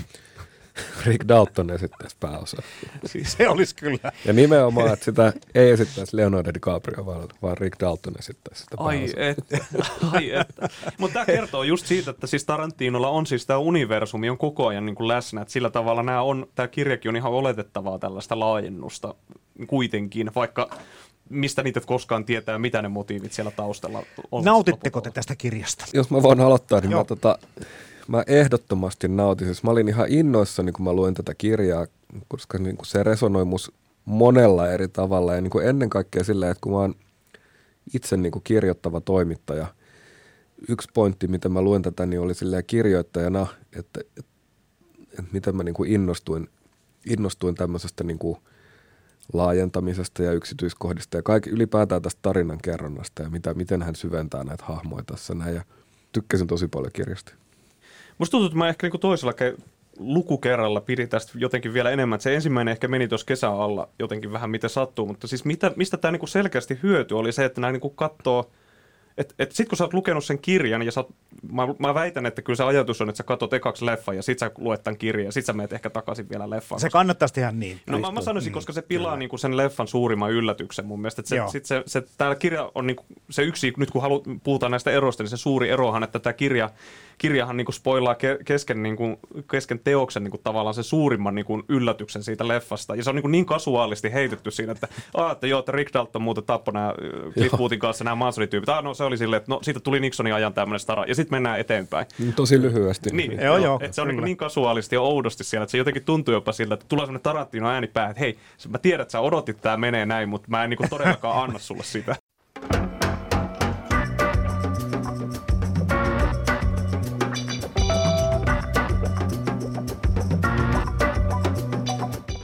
Speaker 4: Rick Dalton esittäisi pääosaa.
Speaker 5: Se olisi kyllä.
Speaker 4: Ja nimenomaan, että sitä ei esittäisi Leonardo DiCaprio, vaan Rick Dalton esittäisi sitä pääosaa.
Speaker 3: Ai että. Mutta tämä kertoo just siitä, että siis Tarantinolla on siis tämä universumi on koko ajan läsnä. Että sillä tavalla tämä kirjakin on ihan oletettavaa tällaista laajennusta kuitenkin, vaikka mistä niitä koskaan tietää, mitä ne motiivit siellä taustalla on.
Speaker 5: Nautitteko te tästä kirjasta?
Speaker 4: Jos mä voin aloittaa, niin mä ehdottomasti nautin. Siis mä olin ihan innoissani, kun mä luin tätä kirjaa, koska se resonoi mus monella eri tavalla. Ja ennen kaikkea silleen, että kun mä oon itse kirjoittava toimittaja, yksi pointti, mitä mä luin tätä, niin oli silleen kirjoittajana, että miten mä innostuin tämmöisestä laajentamisesta ja yksityiskohdista ja ylipäätään tästä tarinan kerronnasta ja miten hän syventää näitä hahmoja tässä näin. Ja tykkäsin tosi paljon kirjasta.
Speaker 3: Musta tuntuu, että mä ehkä toisella lukukerralla pidin tästä jotenkin vielä enemmän. Että se ensimmäinen ehkä meni tuossa kesän alla jotenkin vähän miten sattuu, mutta siis mistä tämä selkeästi hyöty oli se, että nämä katsoo, että sit kun sä oot lukenut sen kirjan ja mä väitän, että kyllä se ajatus on, että sä katsot ekaksi leffan ja sit sä luet tämän kirjan ja sit sä menet ehkä takaisin vielä leffaan.
Speaker 5: Se kannattaisi tehdä niin.
Speaker 3: No mä sanoisin, koska se pilaa sen leffan suurimman yllätyksen mun mielestä. Se täällä kirja on se yksi, nyt kun puhutaan näistä eroista, niin se suuri erohan, että tämä kirjahan spoilaa kesken teoksen tavallaan se suurimman yllätyksen siitä leffasta. Ja se on niin kasuaalisti heitetty siinä, että Rick Dalton muuten tappoi nämä Cliff Bootin kanssa nämä Manson-tyypit. No se oli silleen, että siitä tuli Nixonin ajan tämmöinen stara. Ja sitten mennään eteenpäin.
Speaker 4: Tosi lyhyesti.
Speaker 3: Niin, joo. Että se on niin kasuaalisti ja oudosti siellä, että se jotenkin tuntuu jopa siltä, että tulee semmoinen Tarantino ääni päähän, että hei, mä tiedän, että sä odotit, että tämä menee näin, mutta mä en todellakaan anna sulle sitä.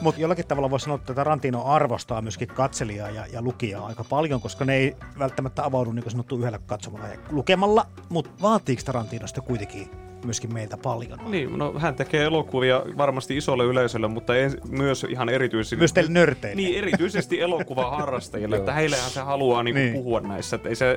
Speaker 5: Mutta jollakin tavalla voisi sanoa, että Tarantino arvostaa myöskin katselijaa ja lukijaa aika paljon, koska ne ei välttämättä avaudu niin kuin sanottu yhdellä katsomalla ja lukemalla, mutta vaatiiko Tarantinosta kuitenkin myöskin meiltä paljon?
Speaker 3: Niin, no hän tekee elokuvia varmasti isolle yleisölle, mutta myös ihan erityisesti...
Speaker 5: Myös teille nörteille.
Speaker 3: Niin, erityisesti elokuvaharrastajille, että heillehän se haluaa niin. puhua näissä. Että ei se,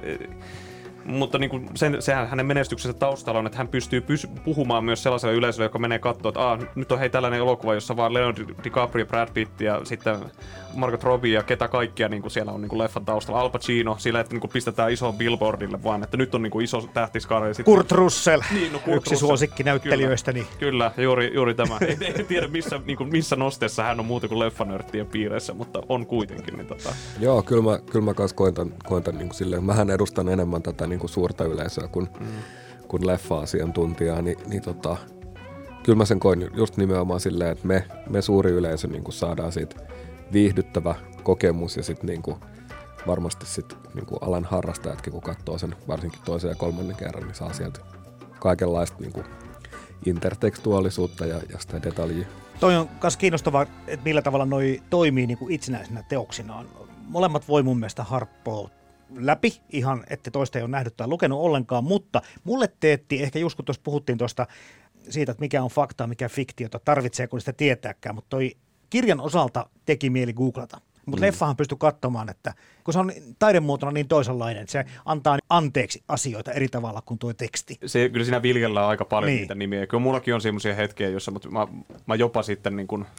Speaker 3: mutta niin kuin sehän hänen menestyksensä taustalla on, että hän pystyy puhumaan myös sellaiselle yleisölle, joka menee katsoa, että nyt on tällainen elokuva, jossa vaan Leonardo DiCaprio, Brad Pitt ja sitten Margot Robbie ja ketä kaikkia niin kuin siellä on niin kuin leffan taustalla. Al Pacino, sillä että niin kuin pistetään isoon billboardille vaan, että nyt on niin kuin iso tähtiskaari.
Speaker 5: Kurt Russell,
Speaker 3: niin, no,
Speaker 5: yksi suosikkinäyttelijöistäni.
Speaker 3: Kyllä, juuri tämä. En tiedä missä nosteessa hän on muuta kuin leffanörttien piireissä, mutta on kuitenkin. Niin
Speaker 4: Joo, kyllä mä kans koentan niin kuin silleen, mähän edustan enemmän tätä niin kuin suurta yleisöä kuin leffa-asiantuntijaa, niin kyllä mä sen koin just nimenomaan silleen, että me suuri yleisö niin kuin saadaan siitä viihdyttävä kokemus ja sitten niin kuin varmasti sit niin kuin alan harrastajatkin, kun katsoo sen varsinkin toisen ja kolmannen kerran, niin saa sieltä kaikenlaista niin kuin intertekstuaalisuutta ja sitä detaljia.
Speaker 5: Toi on myös kiinnostavaa, että millä tavalla noi toimii niin kuin itsenäisenä teoksinaan. Molemmat voi mun mielestä harppoa läpi, ihan että toista ei ole nähnyt tai lukenut ollenkaan, mutta mulle teetti, ehkä just kun tuossa puhuttiin tuosta siitä, että mikä on faktaa, mikä fiktiota, tarvitseeko sitä tietääkään, mutta toi kirjan osalta teki mieli googlata. Mutta leffahan pystyy katsomaan, että kun se on taidemuotona niin toisenlainen, että se antaa anteeksi asioita eri tavalla kuin tuo teksti.
Speaker 3: Kyllä siinä viljellään aika paljon niitä nimiä. Kyllä mullakin on semmoisia hetkiä, joissa mä jopa sitten niin kuin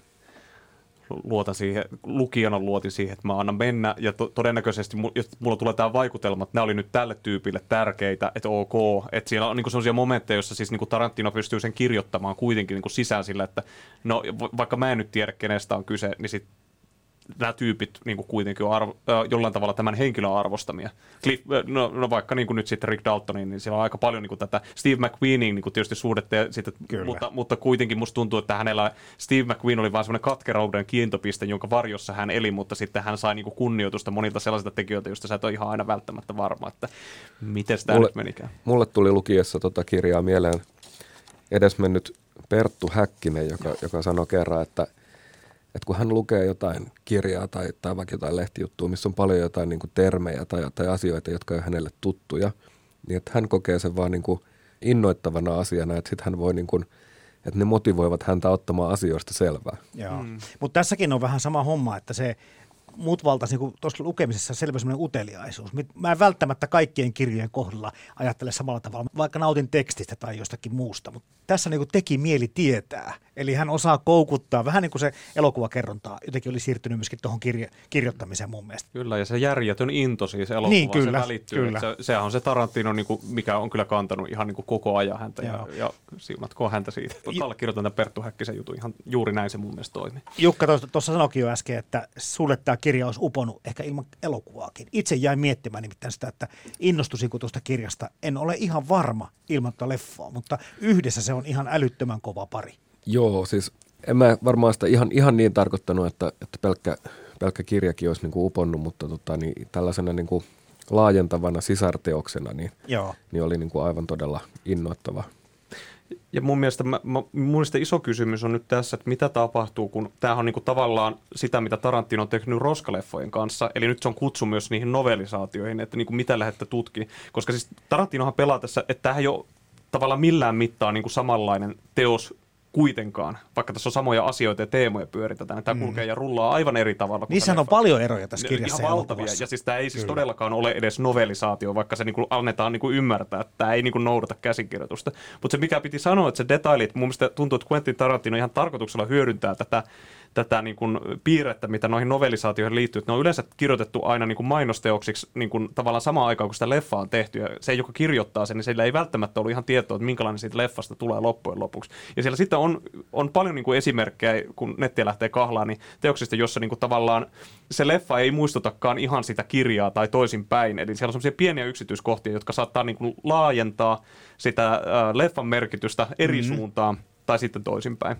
Speaker 3: luotan siihen, lukijana luotin siihen, että mä annan mennä, ja todennäköisesti mulla tulee tämä vaikutelma, että nämä oli nyt tälle tyypille tärkeitä, että ok, että siellä on niinku sellaisia momentteja, joissa siis niinku Tarantino pystyy sen kirjoittamaan kuitenkin niinku sisään sillä, että no vaikka mä en nyt tiedä, kenestä on kyse, niin sitten nämä tyypit niin kuin kuitenkin on jollain tavalla tämän henkilön arvostamia. No vaikka niin kuin nyt sitten Rick Daltonin, niin siellä on aika paljon niin kuin tätä Steve McQueenin niin kuin tietysti suhdetta, mutta kuitenkin musta tuntuu, että hänellä Steve McQueen oli vaan semmoinen katkerouden kiintopiste, jonka varjossa hän eli, mutta sitten hän sai niin kuin kunnioitusta monilta sellaisilta tekijöiltä, joista sä et ole ihan aina välttämättä varma, että miten tämä nyt menikään.
Speaker 4: Mulle tuli lukiessa kirjaa mieleen edesmennyt Perttu Häkkinen, joka sanoi kerran, että kun hän lukee jotain kirjaa tai vaikka jotain lehtijuttua, missä on paljon jotain niin kuin termejä tai asioita, jotka ei ole hänelle tuttuja, niin että hän kokee sen vaan niin kuin innoittavana asiana, että sitten hän voi niin kuin, että ne motivoivat häntä ottamaan asioista selvää.
Speaker 5: Joo, mutta tässäkin on vähän sama homma, että se muut valtaisi niin tuossa lukemisessa selvä semmoinen uteliaisuus. Mä en välttämättä kaikkien kirjojen kohdalla ajattele samalla tavalla, vaikka nautin tekstistä tai jostakin muusta, mutta tässä niin kuin teki mieli tietää. Eli hän osaa koukuttaa, vähän niin kuin se elokuvakerronta jotenkin oli siirtynyt myöskin tuohon kirjoittamiseen mun mielestä.
Speaker 3: Kyllä, ja se järjetön into siis elokuvaan,
Speaker 5: niin, kyllä,
Speaker 3: se välittyy. Sehän on se Tarantino, niin kuin, mikä on kyllä kantanut ihan niin kuin koko ajan häntä, ja siunatkoon häntä siitä. Allekirjoitan tämän Perttu Häkkisen jutun, ihan juuri näin se mun mielestä toimii.
Speaker 5: Jukka tuossa sanoikin jo äsken, että sulle tämä kirja olisi uponut ehkä ilman elokuvaakin. Itse jäin miettimään nimittäin sitä, että innostuisinko tuosta kirjasta. En ole ihan varma ilman tuota leffaa, mutta yhdessä se on ihan älyttömän kova pari.
Speaker 4: Joo, siis en mä varmaan sitä ihan niin tarkoittanut, että pelkkä kirjakin olisi niinku uponnut, mutta niin tällaisena niinku laajentavana sisarteoksena niin oli niinku aivan todella innoittava.
Speaker 3: Ja mun mielestä iso kysymys on nyt tässä, että mitä tapahtuu, kun tämähän on niinku tavallaan sitä, mitä Tarantino on tehnyt roskaleffojen kanssa, eli nyt se on kutsu myös niihin novelisaatioihin, että niinku mitä lähdette tutkimaan, koska siis Tarantinohan pelaa tässä, että tämähän ei ole tavallaan millään mittaa niinku samanlainen teos kuitenkaan, vaikka tässä on samoja asioita ja teemoja pyöritetään, tämä kulkee ja rullaa aivan eri tavalla.
Speaker 5: Niissähän on paljon eroja tässä kirjassa
Speaker 3: ja valtavia, ja siis tämä ei siis todellakaan ole edes novelisaatio, vaikka se niinku annetaan niinku ymmärtää, että tämä ei niinku noudata käsikirjoitusta. Mutta se mikä piti sanoa, että se detailit, mun mielestä tuntuu, että Quentin Tarantino ihan tarkoituksella hyödyntää tätä niin kuin piirrettä, mitä noihin novelisaatioihin liittyy. Ne on yleensä kirjoitettu aina niin kuin mainosteoksiksi niin kuin tavallaan samaan aikaan, kun sitä leffaa on tehty. Ja se, joka kirjoittaa sen, niin sillä ei välttämättä ollut ihan tietoa, että minkälainen siitä leffasta tulee loppujen lopuksi. Ja siellä sitten on paljon niin kuin esimerkkejä, kun nettiä lähtee kahlaan, niin teoksista, jossa niin kuin tavallaan se leffa ei muistutakaan ihan sitä kirjaa tai toisinpäin. Eli siellä on sellaisia pieniä yksityiskohtia, jotka saattaa niin kuin laajentaa sitä leffan merkitystä eri suuntaan tai sitten toisinpäin.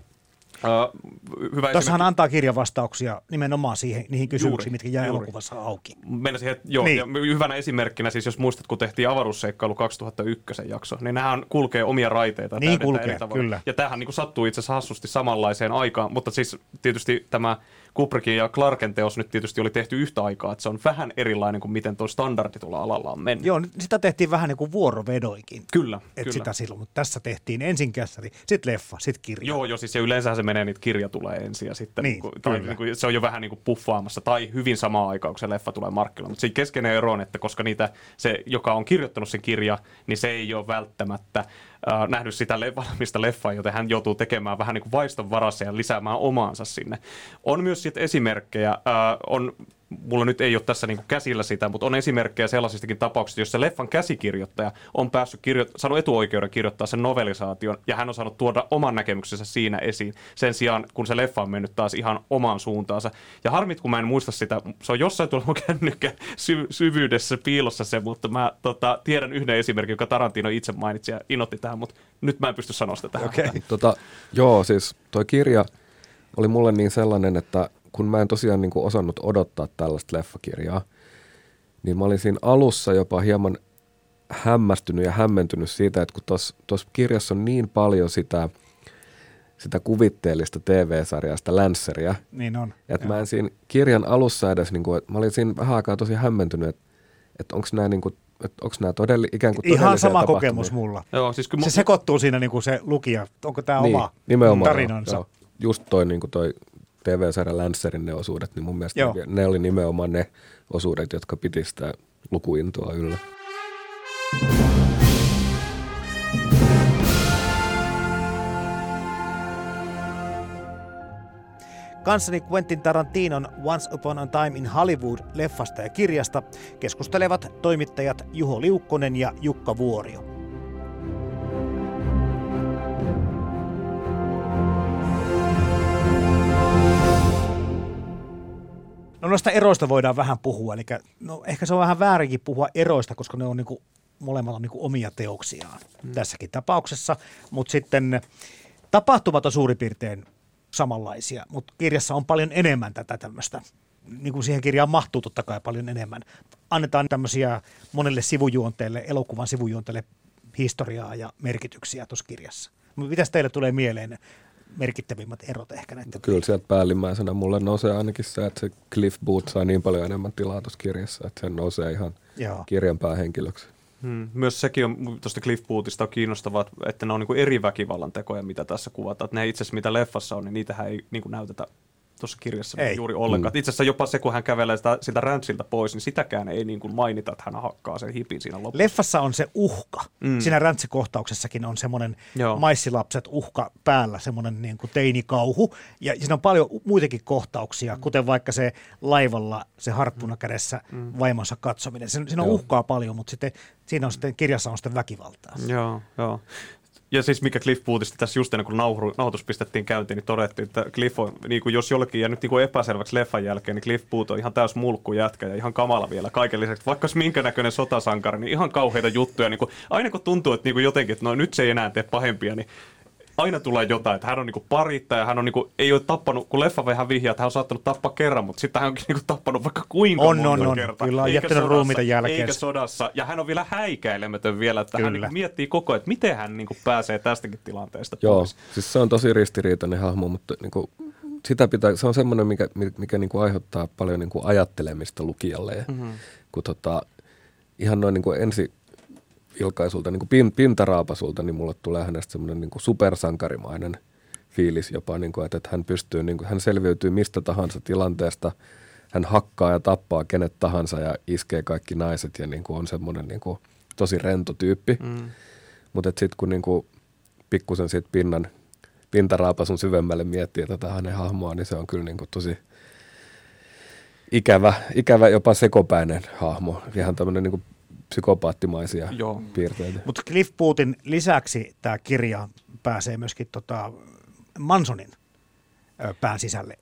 Speaker 3: Hyvä
Speaker 5: Tuossahan antaa kirjavastauksia nimenomaan niihin kysymyksiin, mitkä jää elokuvassa auki.
Speaker 3: Mennäisin, joo, niin. Ja hyvänä esimerkkinä, siis jos muistat, kun tehtiin avaruusseikkailu 2001 jakso, niin nämähän kulkee omia raiteita.
Speaker 5: Niin kulkee, kyllä.
Speaker 3: Ja tämähän niin sattuu itse asiassa hassusti samanlaiseen aikaan, mutta siis tietysti tämä Kubrickin ja Clarken teos nyt tietysti oli tehty yhtä aikaa, että se on vähän erilainen kuin miten tuo standardi tuolla alalla on mennyt.
Speaker 5: Joo, sitä tehtiin vähän niin kuin vuorovedoikin.
Speaker 3: Kyllä.
Speaker 5: Sitä silloin, mutta tässä tehtiin ensin kässäri, sitten leffa, sitten kirja.
Speaker 3: Joo, siis yleensähän se menee, että kirja tulee ensin ja sitten se on jo vähän niin kuin puffaamassa tai hyvin samaan aikaan, kun se leffa tulee markkinoille. Mutta se keskeinen ero on, että koska se, joka on kirjoittanut sen kirja, niin se ei ole välttämättä nähnyt sitä valmista leffaa, joten hän joutuu tekemään vähän niin kuin vaiston varassa ja lisäämään omaansa sinne. On myös sitten esimerkkejä, mulla nyt ei ole tässä niin kuin käsillä sitä, mutta on esimerkkejä sellaisistakin tapauksista, jossa leffan käsikirjoittaja on päässyt saanut etuoikeuden kirjoittaa sen novelisaation, ja hän on saanut tuoda oman näkemyksensä siinä esiin, sen sijaan kun se leffa on mennyt taas ihan omaan suuntaansa. Ja harmit, kun mä en muista sitä, se on jossain tuolla mun kännykkä syvyydessä piilossa se, mutta mä tiedän yhden esimerkin, joka Tarantino itse mainitsi ja innoitti tähän, mutta nyt mä en pysty sanoa sitä tähän.
Speaker 5: Okay.
Speaker 4: Joo, siis toi kirja oli mulle niin sellainen, että kun mä en tosiaan niin kuin osannut odottaa tällaista leffakirjaa, niin mä olin siinä alussa jopa hieman hämmästynyt ja hämmentynyt siitä, että kun tuossa kirjassa on niin paljon sitä kuvitteellista TV-sarjaa, sitä länsseriä,
Speaker 5: niin on,
Speaker 4: että mä en siinä kirjan alussa edes, niin kuin, että mä olin siinä vähän aikaa tosi hämmentynyt, että onko nämä niin kuin, onko nämä ikään kuin
Speaker 5: ihan sama
Speaker 4: tapahtumia.
Speaker 5: kokemus mulla.
Speaker 3: Joo, siis
Speaker 5: se sekoittuu siinä niin kuin se lukija, onko tämä
Speaker 4: niin,
Speaker 5: oma tarinansa.
Speaker 4: Joo. Just niin kuin toi TV-sarjan länsserin ne osuudet, niin mun mielestä ne oli nimenomaan ne osuudet, jotka piti sitä lukuintoa yllä.
Speaker 5: Kanssani Quentin Tarantinon Once Upon a Time in Hollywood-leffasta ja kirjasta keskustelevat toimittajat Juho Liukkonen ja Jukka Vuorio. No noista eroista voidaan vähän puhua, eli ehkä se on vähän väärinkin puhua eroista, koska ne on niinku, molemmilla niinku omia teoksiaan tässäkin tapauksessa, mutta sitten tapahtumat on suurin piirtein samanlaisia, mutta kirjassa on paljon enemmän tätä tämmöistä, niin kuin siihen kirjaan mahtuu totta kai paljon enemmän. Annetaan tämmöisiä monelle sivujuonteelle, elokuvan sivujuonteelle historiaa ja merkityksiä tuossa kirjassa. Mitäs teille tulee mieleen merkittävimmät erot ehkä näitä?
Speaker 4: Kyllä sieltä päällimmäisenä mulle nousee ainakin se, että se Cliff Booth saa niin paljon enemmän tilaa tuossa kirjassa, että se nousee ihan kirjan päähenkilöksi.
Speaker 3: Myös sekin on tuosta Cliff Boothista on kiinnostavaa, että ne on niin kuin eri väkivallan tekoja, mitä tässä kuvataan. Että ne itse asiassa, mitä leffassa on, niin niitähän ei niin kuin näytetä tuossa kirjassa juuri ollenkaan. Itse asiassa jopa se, kun hän kävelee sitä räntsiltä pois, niin sitäkään ei niin kuin mainita, että hän hakkaa sen hipin siinä lopussa.
Speaker 5: Leffassa on se uhka. Siinä räntsikohtauksessakin on semmoinen maissilapset uhka päällä, semmoinen niin kuin teinikauhu. Ja siinä on paljon muitakin kohtauksia, kuten vaikka se laivalla, se harppuna kädessä vaimonsa katsominen. Siinä on uhkaa paljon, mutta sitten siinä on sitten, kirjassa on sitten väkivaltaa.
Speaker 3: Joo. Ja siis mikä Cliff Boothista tässä just ennen kuin nauhoitus pistettiin käyntiin, niin todettiin, että Cliff on, niin kuin jos jollekin ja nyt niin kuin epäselväksi leffan jälkeen, niin Cliff Booth on ihan täys mulkku jätkä ja ihan kamala vielä kaiken lisäksi. Vaikka olisi minkä näköinen sotasankari, niin ihan kauheita juttuja. Niin kuin, aina kun tuntuu, että niin kuin jotenkin, että no nyt se ei enää tee pahempia, niin aina tulee jotain, että hän on niinku parittaja, hän on niinku, ei ole tappanut, kun leffa vähän vihjaa, että hän on saattanut tappaa kerran, mutta sitten hän onkin niinku tappanut vaikka kuinka monta kertaa.
Speaker 5: Kyllä on jättänyt ruumiita jälkeen.
Speaker 3: Eikä sodassa, ja hän on vielä häikäilemätön vielä, että hän niinku miettii koko ajan, että miten hän niinku pääsee tästäkin tilanteesta pois.
Speaker 4: Joo, siis se on tosi ristiriitainen hahmo, mutta niinku, se on semmoinen, mikä niinku aiheuttaa paljon niinku ajattelemista lukijalle. Ja, kun ihan noin niinku ilkaisulta, niin kuin pintaraapasulta, niin mulle tulee hänestä semmoinen niin kuin supersankarimainen fiilis jopa, niin kuin, että hän pystyy, niin kuin, hän selviytyy mistä tahansa tilanteesta, hän hakkaa ja tappaa kenet tahansa ja iskee kaikki naiset ja niin kuin on semmoinen niin kuin tosi rento tyyppi. Mutta sitten kun niin kuin pikkusen siitä pintaraapasun syvemmälle miettii tätä hänen hahmoa, niin se on kyllä niin kuin tosi ikävä jopa sekopäinen hahmo. Ihan tämmöinen niin kuin psykopaattimaisia piirteitä.
Speaker 5: Mutta Cliff Boothin lisäksi tämä kirja pääsee myöskin Mansonin pään sisälle.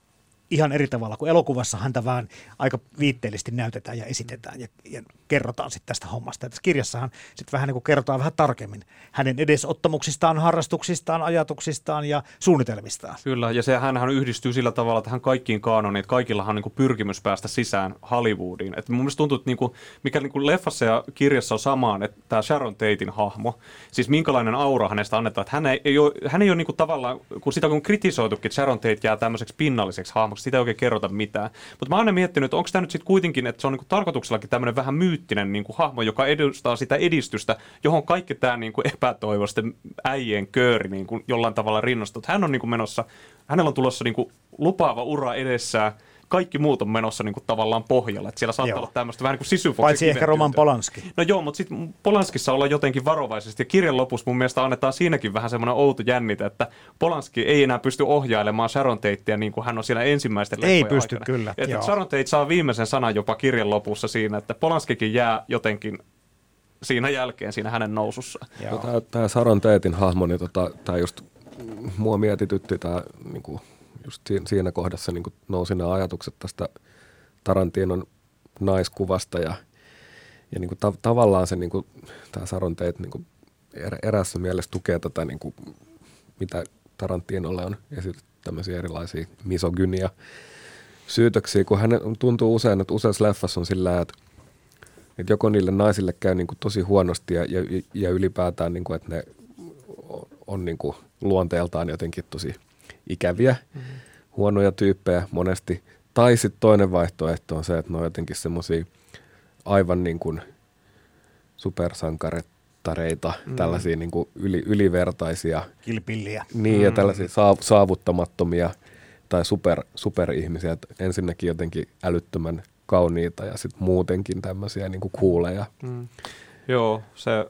Speaker 5: ihan eri tavalla kuin elokuvassa häntä vaan aika viitteellisesti näytetään ja esitetään ja kerrotaan sitten tästä hommasta. Ja tässä kirjassahan sitten vähän niin kuin kerrotaan vähän tarkemmin hänen edesottamuksistaan, harrastuksistaan, ajatuksistaan ja suunnitelmistaan.
Speaker 3: Kyllä, ja hänhän yhdistyy sillä tavalla tähän kaikkiin kaanoniin, että kaikillahan on niin kuin pyrkimys päästä sisään Hollywoodiin. Et mun mielestä tuntuu, että niin kuin, mikä niin kuin leffassa ja kirjassa on samaan, että tämä Sharon Taten hahmo, siis minkälainen aura hänestä annetaan, että hän ei ole niin kuin tavallaan, kun sitä on kritisoitukin, että Sharon Tate jää tämmöiseksi pinnalliseksi hahmoksi, sitä ei oikein kerrota mitään. Mutta mä oon aina miettinyt, että onko tämä nyt sitten kuitenkin, että se on niin kuin tarkoituksellakin tämmöinen vähän myyttinen niin kuin hahmo, joka edustaa sitä edistystä, johon kaikki tämä niin kuin epätoivoisten äijien kööri niin kuin jollain tavalla rinnastuu. Hän on niin kuin menossa, hänellä on tulossa niin kuin lupaava ura edessään, kaikki muut on menossa niin kuin tavallaan pohjalla. Että siellä saattaa olla tämmöistä vähän niin kuin Sisyfoksen
Speaker 5: paitsi ehkä Roman Polanski.
Speaker 3: No joo, mutta sitten Polanskissa ollaan jotenkin varovaisesti. Ja kirjan lopussa mun mielestä annetaan siinäkin vähän semmoinen outo jännite, että Polanski ei enää pysty ohjailemaan Sharon Tatea niin kuin hän on siellä ensimmäisten leffojen aikana.
Speaker 5: Ei pysty, kyllä.
Speaker 3: Että Sharon Tate saa viimeisen sanan jopa kirjan lopussa siinä, että Polanskikin jää jotenkin siinä jälkeen siinä hänen nousussaan.
Speaker 4: Tämä Sharon Taten hahmo, niin tämä just mua mietitytti tämä niinku just siinä kohdassa niin nousi nämä ajatukset tästä Tarantinon naiskuvasta ja niin kuin tavallaan se niin kuin, tämä Sharon Tate niin eräässä mielessä tukee tätä, niin kuin, mitä Tarantinolle on esitetty tämmöisiä erilaisia misogynia syytöksiä, kun hän tuntuu usein, että useassa leffassa on sillä, että joko niille naisille käy niin kuin tosi huonosti ja ylipäätään, niin kuin, että ne on niin kuin luonteeltaan jotenkin tosi ikäviä, huonoja tyyppejä monesti. Tai sitten toinen vaihtoehto on se, että ne on jotenkin semmoisia aivan niin kuin supersankarettareita, tällaisia niin kuin ylivertaisia.
Speaker 5: Kilpilliä.
Speaker 4: Niin, ja tällaisia saavuttamattomia tai superihmisiä. Et ensinnäkin jotenkin älyttömän kauniita ja sitten muutenkin tämmöisiä niin kuin cooleja.
Speaker 3: Joo, se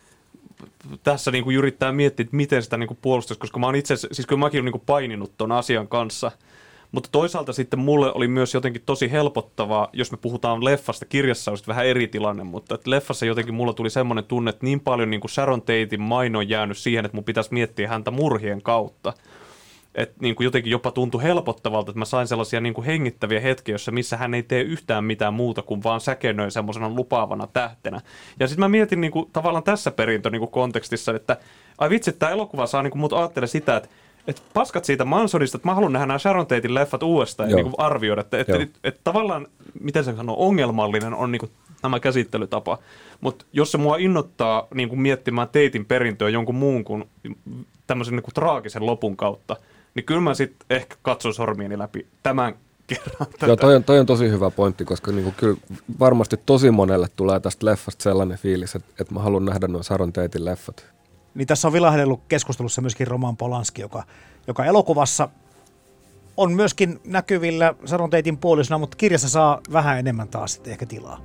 Speaker 3: tässä niin kuin yrittää miettiä, että miten sitä niin kuin puolustaisi, koska mä oon itse asiassa, siis kyllä mäkin olen niin kuin paininut ton asian kanssa, mutta toisaalta sitten mulle oli myös jotenkin tosi helpottavaa, jos me puhutaan leffasta, kirjassa olisi vähän eri tilanne, mutta että leffassa jotenkin mulla tuli semmoinen tunne, että niin paljon niin kuin Sharon Taten maino on jäänyt siihen, että mun pitäisi miettiä häntä murhien kautta. Että niin kuin jotenkin jopa tuntui helpottavalta, että mä sain sellaisia niin kuin hengittäviä hetkiä, missä hän ei tee yhtään mitään muuta kuin vaan säkenöi semmoisena lupaavana tähtenä. Ja sitten mä mietin niin kuin, tavallaan tässä kontekstissa, että ai vitsi, tämä elokuva saa niin kuin, mut ajattele sitä, että paskat siitä Mansonista, että mä haluan nähdä nämä Sharon Taten leffat uudestaan ja niin kuin arvioida, että tavallaan, miten se sanoo, ongelmallinen on niin kuin tämä käsittelytapa. Mutta jos se mua innoittaa niin kuin miettimään Taten perintöä jonkun muun kuin tämmöisen niin kuin traagisen lopun kautta, niin kyllä mä sitten ehkä katson sormieni läpi tämän kerran.
Speaker 4: Joo, toi on tosi hyvä pointti, koska niinku kyllä varmasti tosi monelle tulee tästä leffasta sellainen fiilis, että mä haluan nähdä nuo Sharon Taten leffat.
Speaker 5: Niin tässä on vilahdellut keskustelussa myöskin Roman Polanski, joka elokuvassa on myöskin näkyvillä Sharon Taten puolisona, mutta kirjassa saa vähän enemmän taas ehkä tilaa.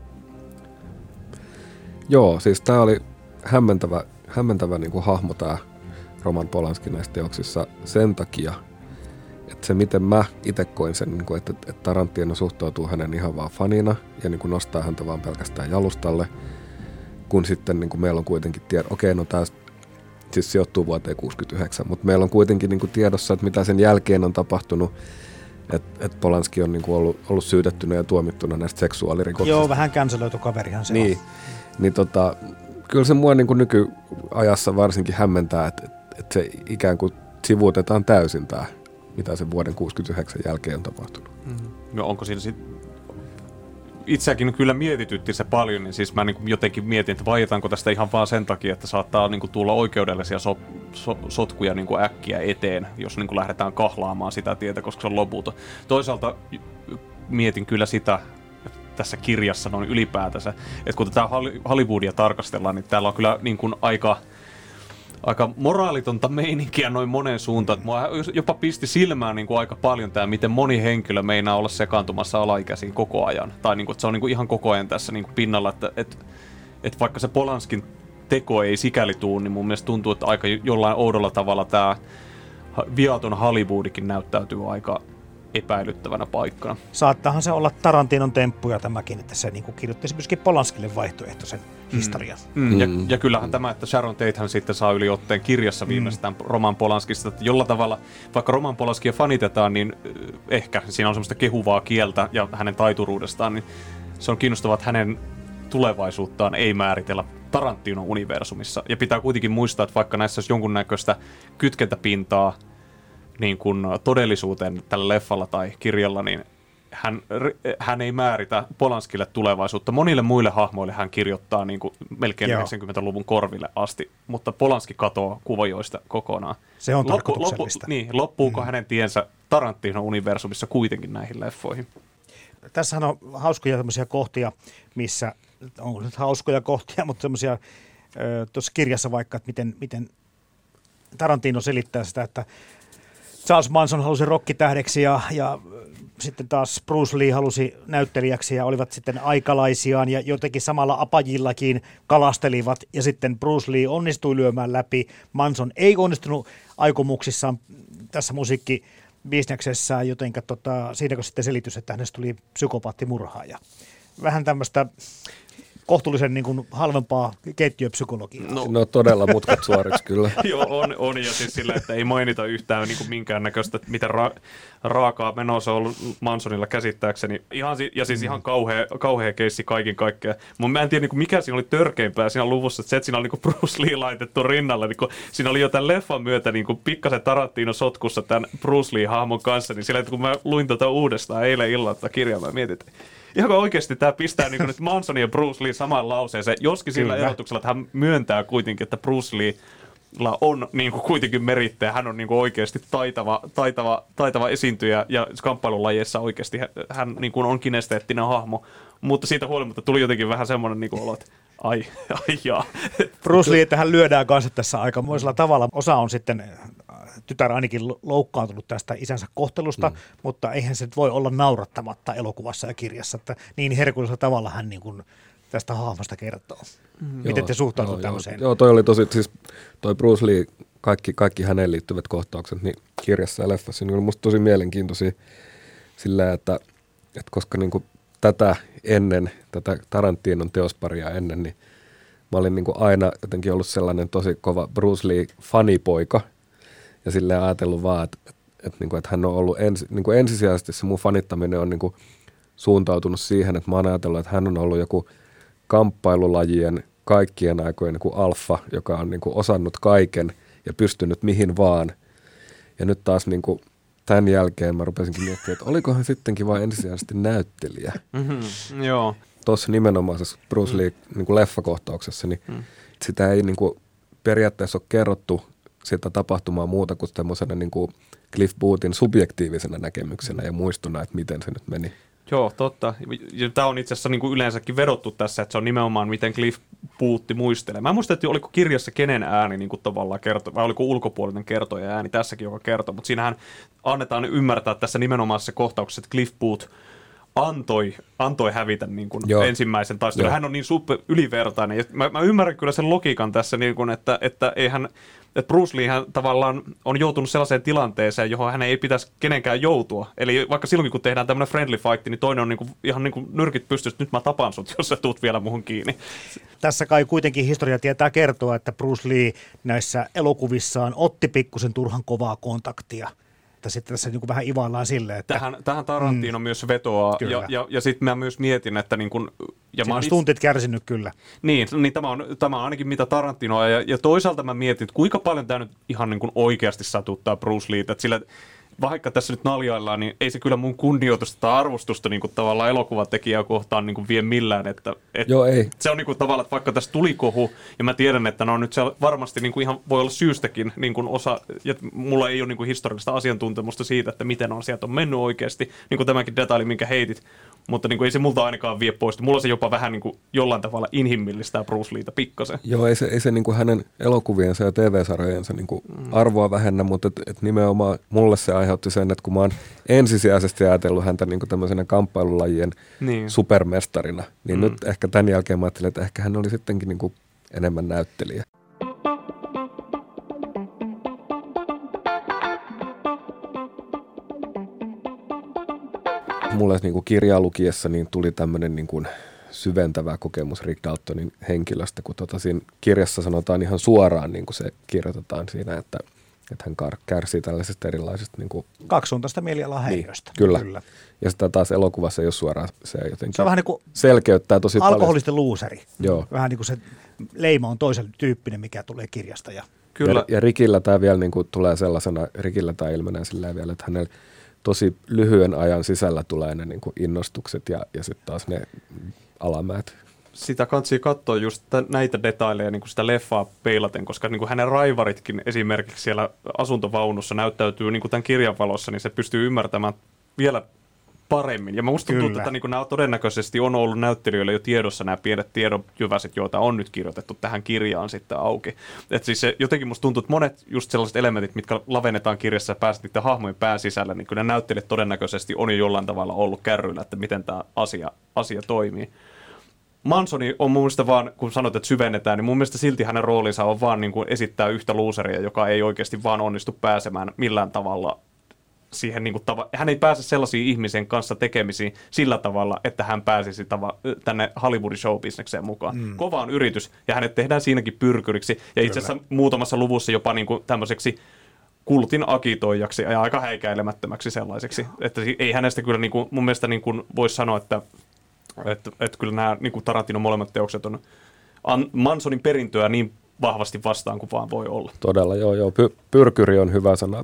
Speaker 4: Joo, siis tää oli hämmentävä niinku hahmo tää Roman Polanski näissä teoksissa sen takia, että se miten mä itse koin sen, niin kuin, että Tarantino suhtautuu hänen ihan vaan fanina ja niin kuin nostaa häntä vaan pelkästään jalustalle, kun sitten niin kuin meillä on kuitenkin no tämä siis sijoittuu vuoteen 1969, mutta meillä on kuitenkin niin kuin tiedossa, että mitä sen jälkeen on tapahtunut, että Polanski on niin kuin ollut syytettynä ja tuomittuna näistä seksuaalirikoksista.
Speaker 5: Joo, vähän canceloitu kaverihan se
Speaker 4: niin, on. Niin kyllä se mua niin kuin nykyajassa varsinkin hämmentää, että se ikään kuin sivuutetaan täysin tämä, mitä se vuoden 1969 jälkeen on tapahtunut.
Speaker 3: No onko siinä sitten, itseäkin kyllä mietitytti se paljon, niin siis mä niin kuin jotenkin mietin, että vaietaanko tästä ihan vaan sen takia, että saattaa niin kuin tulla oikeudellisia sotkuja niin kuin äkkiä eteen, jos niin kuin lähdetään kahlaamaan sitä tietä, koska se on loputon. Toisaalta mietin kyllä sitä, tässä kirjassa noin ylipäätänsä, että kun tätä Hollywoodia tarkastellaan, niin täällä on kyllä niin kuin aika moraalitonta meininkiä noin moneen suuntaan. Mua jopa pisti silmään niin kuin aika paljon tämä, miten moni henkilö meinaa olla sekaantumassa alaikäisiin koko ajan. Tai niin kuin, että se on niin kuin ihan koko ajan tässä niin kuin pinnalla, että vaikka se Polanskin teko ei sikäli tuu, niin mun mielestä tuntuu, että aika jollain oudolla tavalla tämä viaton Hollywoodikin näyttäytyy aika epäilyttävänä paikkana.
Speaker 5: Saattaahan se olla Tarantinon temppuja tämäkin, että se niin kuin kirjoittaisi myöskin Polanskille vaihtoehtoisen historian.
Speaker 3: Ja kyllähän tämä, että Sharon Tatehän sitten saa yliotteen kirjassa viimeistään Roman Polanskista, että jollain tavalla, vaikka Roman Polanskia fanitetaan, niin ehkä siinä on semmoista kehuvaa kieltä ja hänen taituruudestaan, niin se on kiinnostavaa, että hänen tulevaisuuttaan ei määritellä Tarantino-universumissa. Ja pitää kuitenkin muistaa, että vaikka näissä olisi jonkunnäköistä kytkentäpintaa niin kuin todellisuuteen tällä leffalla tai kirjalla, niin hän ei määritä Polanskille tulevaisuutta. Monille muille hahmoille hän kirjoittaa niin kuin melkein 90-luvun korville asti, mutta Polanski katoaa kuvajoista kokonaan.
Speaker 5: Se on tarkoituksellista.
Speaker 3: Loppuuko hänen tiensä Tarantino-universumissa kuitenkin näihin leffoihin?
Speaker 5: Tässähän on hauskoja tämmöisiä kohtia, missä, onko nyt hauskoja kohtia, mutta semmoisia tuossa kirjassa vaikka, että miten Tarantino selittää sitä, että Charles Manson halusi rokkitähdeksi ja sitten taas Bruce Lee halusi näyttelijäksi ja olivat sitten aikalaisiaan ja jotenkin samalla apajillakin kalastelivat ja sitten Bruce Lee onnistui lyömään läpi. Manson ei onnistunut aikomuksissaan tässä musiikkibisneksessään, jotenka siinäkö sitten selitys, että hänestä tuli psykopaattimurhaaja. Vähän tämmöistä kohtuullisen niin kuin halvempaa keittiöpsykologiaa.
Speaker 4: No todella mutkat suoriksi kyllä.
Speaker 3: Joo, on ja siis sillä, että ei mainita yhtään niin kuin minkäännäköistä, että miten raakaa menoa se on ollut Mansonilla käsittääkseni. Ihan kauhea keissi kaiken kaikkiaan. Mutta mä en tiedä, niin kuin mikä siinä oli törkeimpää siinä luvussa, että se, että siinä oli niin kuin Bruce Lee laitettu rinnalle. Niin siinä oli jo tämän leffan myötä niin kuin pikkasen Tarantino sotkussa tämän Bruce Lee-hahmon kanssa, niin sillä, että kun mä luin tätä uudestaan eilen illalla tätä kirjaa, mä mietin, että ihan oikeasti tämä pistää niin nyt Manson ja Bruce Lee samaan lauseeseen, joskin sillä erotuksella, että hän myöntää kuitenkin, että Bruce Leella on niin kuin kuitenkin merittäjä, hän on niin kuin oikeasti taitava esiintyjä ja kamppailulajeissa oikeasti hän niin kuin on kinesteettinen hahmo, mutta siitä huolimatta tuli jotenkin vähän semmoinen niin kuin olo, että ai jaa.
Speaker 5: Bruce Lee, että hän lyödään kanssa tässä aikamoisella tavalla. Osa on sitten tytär ainakin loukkaantunut tästä isänsä kohtelusta, mutta eihän se voi olla naurattamatta elokuvassa ja kirjassa, että niin herkullisella tavalla hän niin kuin tästä hahmosta kertoo. Miten te suhtautuu tämmöiseen?
Speaker 4: Joo, toi oli tosi, siis toi Bruce Lee, kaikki häneen liittyvät kohtaukset niin kirjassa ja leffassa, niin oli musta tosi mielenkiintoisia sillä, että koska niin kuin tätä Tarantinon teosparia ennen, niin mä olin niin kuin aina jotenkin ollut sellainen tosi kova Bruce Lee-fanipoika, ja silleen ajatellut vaan, että hän on ollut ensisijaisesti se mun fanittaminen on niin kuin suuntautunut siihen, että mä oon ajatellut, että hän on ollut joku kamppailulajien kaikkien aikojen niin kuin alfa, joka on niin kuin osannut kaiken ja pystynyt mihin vaan. Ja nyt taas niin kuin tämän jälkeen mä rupesinkin miettimään, että olikohan sittenkin vain ensisijaisesti näyttelijä.
Speaker 3: Joo.
Speaker 4: Tuossa nimenomaisessa Bruce Lee niin kuin leffakohtauksessa, niin sitä ei niin kuin periaatteessa ole kerrottu sitä tapahtumaa muuta kuin semmoisena niin kuin Cliff Boothin subjektiivisena näkemyksenä ja muistuna, että miten se nyt meni.
Speaker 3: Joo, totta. Tämä on itse asiassa niin kuin yleensäkin vedottu tässä, että se on nimenomaan miten Cliff Booth muistelee. Mä en muista, että oliko kirjassa kenen ääni niin kuin tavallaan kertoi, vai oliko ulkopuolinen kertoja ääni tässäkin, joka kertoo, mutta siinähän annetaan ymmärtää tässä nimenomaisessa kohtauksessa, että Cliff Booth antoi hävitä niin kuin ensimmäisen taistelun. Hän on niin ylivertainen. Ja mä ymmärrän kyllä sen logiikan tässä, niin kuin, että Bruce Lee hän tavallaan on joutunut sellaiseen tilanteeseen, johon hän ei pitäisi kenenkään joutua. Eli vaikka silloin, kun tehdään tämmöinen friendly fight, niin toinen on niin kuin, ihan niin kuin nyrkit pystyssä, nyt mä tapan sut, jos sä tuut vielä muhun kiinni.
Speaker 5: Tässä kai kuitenkin historia tietää kertoa, että Bruce Lee näissä elokuvissaan otti pikkusen turhan kovaa kontaktia. Sitten tässä niin kuin vähän ivaillaan silleen, että
Speaker 3: tähän Tarantino myös vetoaa, ja sitten mä myös mietin, että niin kun, ja
Speaker 5: siinä on tuntit kärsinyt kyllä.
Speaker 3: Niin tämä on ainakin mitä Tarantinoa, ja toisaalta mä mietin, että kuinka paljon tämä nyt ihan niin kuin oikeasti satuttaa Bruce Leetä, että sillä vaikka tässä nyt naljaillaan, niin ei se kyllä mun kunnioitusta tai arvostusta niin kuin tavallaan elokuvatekijää kohtaan niin kuin vie millään.
Speaker 4: Joo, ei.
Speaker 3: Se on niin kuin tavallaan, että vaikka tässä tuli kohu, ja mä tiedän, että no nyt se varmasti niin kuin ihan voi olla syystäkin niin kuin osa, ja mulla ei ole niin kuin historiallista asiantuntemusta siitä, että miten asiat on mennyt oikeasti, niin kuin tämäkin detaili, minkä heitit. Mutta niin kuin ei se multa ainakaan vie pois. Mulla se jopa vähän niin kuin jollain tavalla inhimillistää Bruce Leeta pikkasen.
Speaker 4: Joo, ei se niin kuin hänen elokuviensa ja TV-sarjojensa niin kuin arvoa vähennä, mutta et nimenomaan mulle se aiheutti sen, että kun mä oon ensisijaisesti ajatellut häntä niin kuin tämmöisenä kamppailulajien supermestarina, niin nyt ehkä tämän jälkeen mä ajattelin, että ehkä hän oli sittenkin niin kuin enemmän näyttelijä. mulle niin kuin kirjaa lukiessa niin tuli tämmöinen niin kuin syventävä kokemus Rick Daltonin henkilöstä, kun siinä kirjassa sanotaan ihan suoraan, niin kuin se kirjoitetaan siinä, että hän kärsii tällaisesta erilaisesta... Niin kuin,
Speaker 5: kaksisuuntaista mielialahäiriöstä.
Speaker 4: Niin, kyllä. Ja sitä taas elokuvassa ei ole suoraan, se jotenkin
Speaker 5: se on vähän niin kuin
Speaker 4: selkeyttää tosi paljon.
Speaker 5: alkoholisten luuseri.
Speaker 4: Joo.
Speaker 5: Vähän niin kuin se leima on toisen tyyppinen, mikä tulee kirjasta.
Speaker 3: Kyllä.
Speaker 4: Ja Rickillä tämä vielä niin kuin tulee sellaisena, Rickillä tämä ilmenee sillä vielä, että hänellä tosi lyhyen ajan sisällä tulee ne niin kuin innostukset ja sitten taas ne alamäät.
Speaker 3: Sitä kansi katsoa just näitä detaileja niin kuin sitä leffaa peilaten, koska niin kuin hänen raivaritkin esimerkiksi siellä asuntovaunussa näyttäytyy niin kuin tämän kirjan valossa, niin se pystyy ymmärtämään vielä paremmin. Ja musta tuntuu, että niin kuin nämä todennäköisesti on ollut näyttelijöille jo tiedossa nämä pienet tiedonjyväset, joita on nyt kirjoitettu tähän kirjaan sitten auki. Että siis se, jotenkin musta tuntuu, että monet just sellaiset elementit, mitkä lavennetaan kirjassa ja pääset niiden hahmojen pään sisällä, niin kyllä ne näyttelijät todennäköisesti on jo jollain tavalla ollut kärryillä, että miten tämä asia toimii. Mansoni on mun mielestä vaan, kun sanot, että syvennetään, niin mun mielestä silti hänen roolinsa on vaan niin kuin esittää yhtä luuseria, joka ei oikeasti vaan onnistu pääsemään millään tavalla siihen niin kuin hän ei pääse sellaisiin ihmisen kanssa tekemisiin sillä tavalla, että hän pääsisi tänne Hollywoodin showbisnekseen mukaan. Kova on yritys, ja hänet tehdään siinäkin pyrkyriksi, ja itse asiassa muutamassa luvussa jopa niin kuin tämmöiseksi kultin agitoijaksi ja aika häikäilemättömäksi sellaiseksi. Että ei hänestä kyllä niin kuin, mun mielestä niin kuin voisi sanoa, että kyllä nämä niin kuin Tarantinon molemmat teokset on Mansonin perintöä niin vahvasti vastaan kuin vaan voi olla.
Speaker 4: Todella, joo. Pyrkyri on hyvä sana,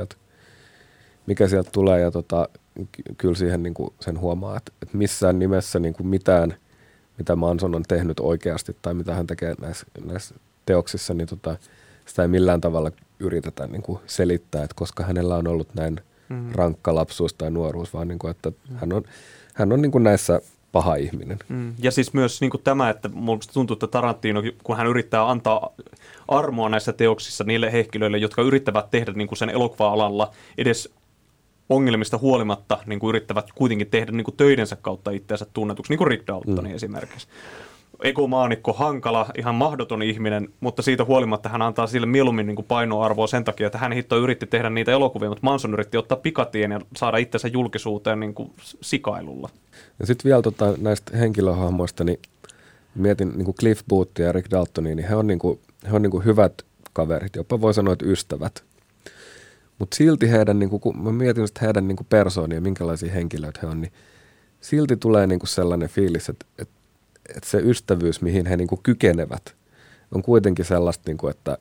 Speaker 4: mikä sieltä tulee, ja kyllä siihen niin kuin sen huomaa, että missään nimessä niin kuin mitään, mitä Manson on tehnyt oikeasti tai mitä hän tekee näissä teoksissa, niin sitä ei millään tavalla yritetä niin kuin selittää, että koska hänellä on ollut näin rankka lapsuus tai nuoruus, vaan niin kuin, että hän on niin kuin näissä paha ihminen.
Speaker 3: Ja siis myös niin kuin tämä, että minusta tuntuu, että Tarantino, kun hän yrittää antaa armoa näissä teoksissa niille henkilöille, jotka yrittävät tehdä niin kuin sen elokuva-alalla edes ongelmista huolimatta, niin kuin yrittävät kuitenkin tehdä niin kuin töidensä kautta itseänsä tunnetuksi, niin kuin Rick Dalton esimerkiksi. Egomaanikko, hankala, ihan mahdoton ihminen, mutta siitä huolimatta hän antaa sille mieluummin niin kuin painoarvoa sen takia, että hän hitto yritti tehdä niitä elokuvia, mutta Manson yritti ottaa pikatien ja saada itsensä julkisuuteen niin kuin sikailulla.
Speaker 4: Ja sitten vielä näistä henkilöhahmoista, niin mietin niin kuin Cliff Boothia ja Rick Daltonia, niin he on niin kuin hyvät kaverit, jopa voi sanoa, että ystävät. Mutta silti heidän, niin kuin, kun mä mietin sitä heidän niin kuin persoonia, minkälaisia henkilöitä he on, niin silti tulee niin kuin sellainen fiilis, että se ystävyys, mihin he niin kuin kykenevät, on kuitenkin sellaista, niin kuin, että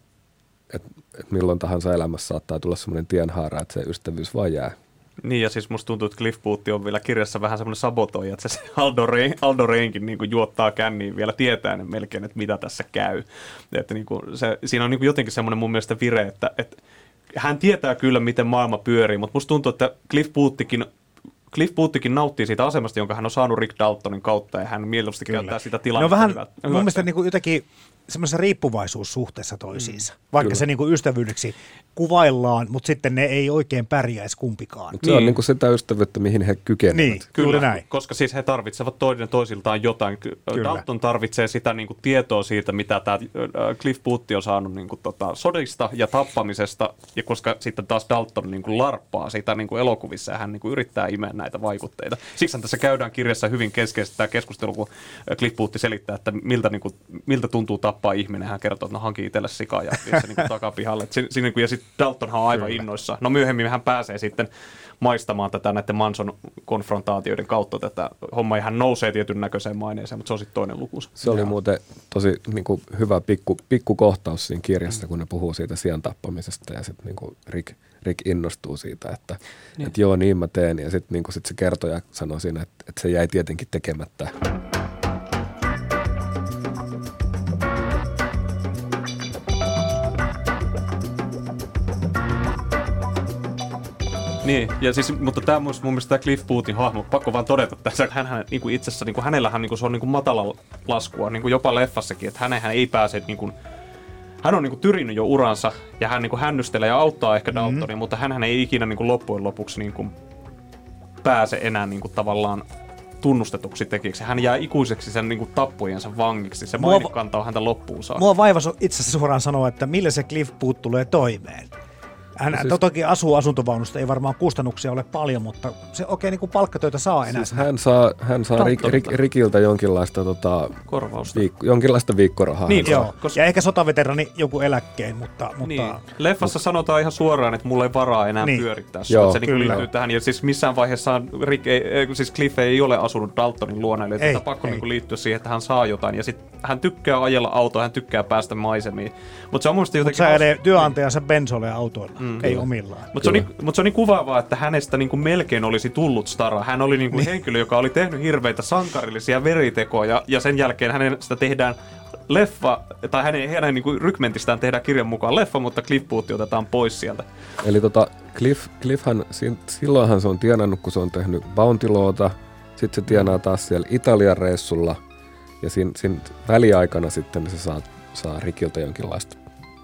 Speaker 4: milloin tahansa elämässä saattaa tulla sellainen tienhaara, että se ystävyys vaan jää.
Speaker 3: Niin, ja siis musta tuntuu, että Cliff Booth on vielä kirjassa vähän semmoinen sabotoija, että se Aldo Rainkin niin kuin juottaa känniin vielä tietäen melkein, että mitä tässä käy. Että niin kuin siinä on niin kuin jotenkin semmoinen mun mielestä vire, että hän tietää kyllä, miten maailma pyörii, mutta musta tuntuu, että Cliff Boothkin nauttii siitä asemasta, jonka hän on saanut Rick Daltonin kautta, ja hän mieluusti käyttää sitä tilannetta.
Speaker 5: No vähän mun mielestä niin kuin jotenkin semmoisessa riippuvaisuussuhteessa toisiinsa, vaikka kyllä. Se niin kuin ystävyydeksi kuvaillaan, mutta sitten ne ei oikein pärjäisi kumpikaan.
Speaker 4: Mutta se on niin kuin sitä ystävyyttä, mihin he kykenevät.
Speaker 5: Niin, kyllä näin.
Speaker 3: Koska siis he tarvitsevat toinen toisiltaan jotain. Kyllä. Dalton tarvitsee sitä niin kuin tietoa siitä, mitä tämä Cliff Booth on saanut niin kuin sodista ja tappamisesta, ja koska sitten taas Dalton niin kuin larppaa sitä niin kuin elokuvissa, ja hän niin kuin yrittää imeä näitä vaikutteita. Siksi tässä käydään kirjassa hyvin keskeistä tämä keskustelu, kun Cliff Booth selittää, että miltä tuntuu tappaa ihminen. Hän kertoo, että hanki itselle sikaa ja vie se niin takapihalle. Ja sitten Daltonhan on aivan innoissaan. No myöhemmin hän pääsee sitten maistamaan tätä näiden Manson-konfrontaatioiden kautta tätä hommaa, ja hän nousee tietyn näköiseen maineeseen, mutta se on sitten toinen lukunsa.
Speaker 4: Se oli muuten tosi niin kuin hyvä pikku kohtaus siinä kirjassa, kun ne puhuu siitä sian tappamisesta, ja sitten niin kuin Rick innostuu siitä, että joo, niin mä teen, ja sitten niin sit se kertoja sanoi siinä, että se jäi tietenkin tekemättä.
Speaker 3: Niin, ja siis, mutta tämä mun mielestä tämä Cliff Boothin hahmo, pakko vaan todeta tässä, että hän niin kuin itsessä, niin kuin hänellähän niin kuin se on niin kuin matala laskua, niin kuin jopa leffassakin, että hänenhän ei pääse, niin kuin, hän on niin kuin tyrinnyt jo uransa, ja hän niin kuin hännystelee ja auttaa ehkä Daltonia, mutta hänhän ei ikinä niin kuin loppujen lopuksi niin kuin pääse enää niin kuin tavallaan tunnustetuksi tekijäksi. Hän jää ikuiseksi sen niin kuin tappujensa vangiksi. Se maine kantaa häntä loppuun saakka.
Speaker 5: Mua vaivasi itse asiassa suoraan sanoa, että millä se Cliff Booth tulee toimeen. Hän toki asuu asuntovaunusta, ei varmaan kustannuksia ole paljon, mutta se oikein niin kuin palkkatöitä saa enää.
Speaker 4: Siis hän saa Rikiltä jonkinlaista,
Speaker 3: korvausta.
Speaker 4: Jonkinlaista viikkorahaa.
Speaker 3: Niin,
Speaker 5: joo. Ja ehkä sotaveterani joku eläkkeen, mutta
Speaker 3: niin. Leffassa sanotaan ihan suoraan, että mulla ei varaa enää pyörittää sua. Se niin liittyy tähän. Ja siis missään vaiheessa siis Cliff ei ole asunut Daltonin luona, eli tätä pakko niin liittyä siihen, että hän saa jotain. Ja sitten hän tykkää ajella autoa, hän tykkää päästä maisemiin. Mutta se on mun jotenkin...
Speaker 5: Mutta sä työnantajansa bensolle autoilla, ei omillaan.
Speaker 3: Mutta se on niin kuvaavaa, että hänestä niin kuin melkein olisi tullut stara. Hän oli niin kuin henkilö, joka oli tehnyt hirveitä sankarillisia veritekoja, ja sen jälkeen hänestä tehdään leffa, tai hänen niin kuin rykmentistään tehdään kirjan mukaan leffa, mutta Cliff Booth otetaan pois sieltä.
Speaker 4: Eli Cliffhän, silloinhan se on tienannut, kun se on tehnyt Bounty Lawta, sitten se tienaa taas siellä Italian reissulla, ja siinä väliaikana sitten se saa Rikiltä jonkinlaista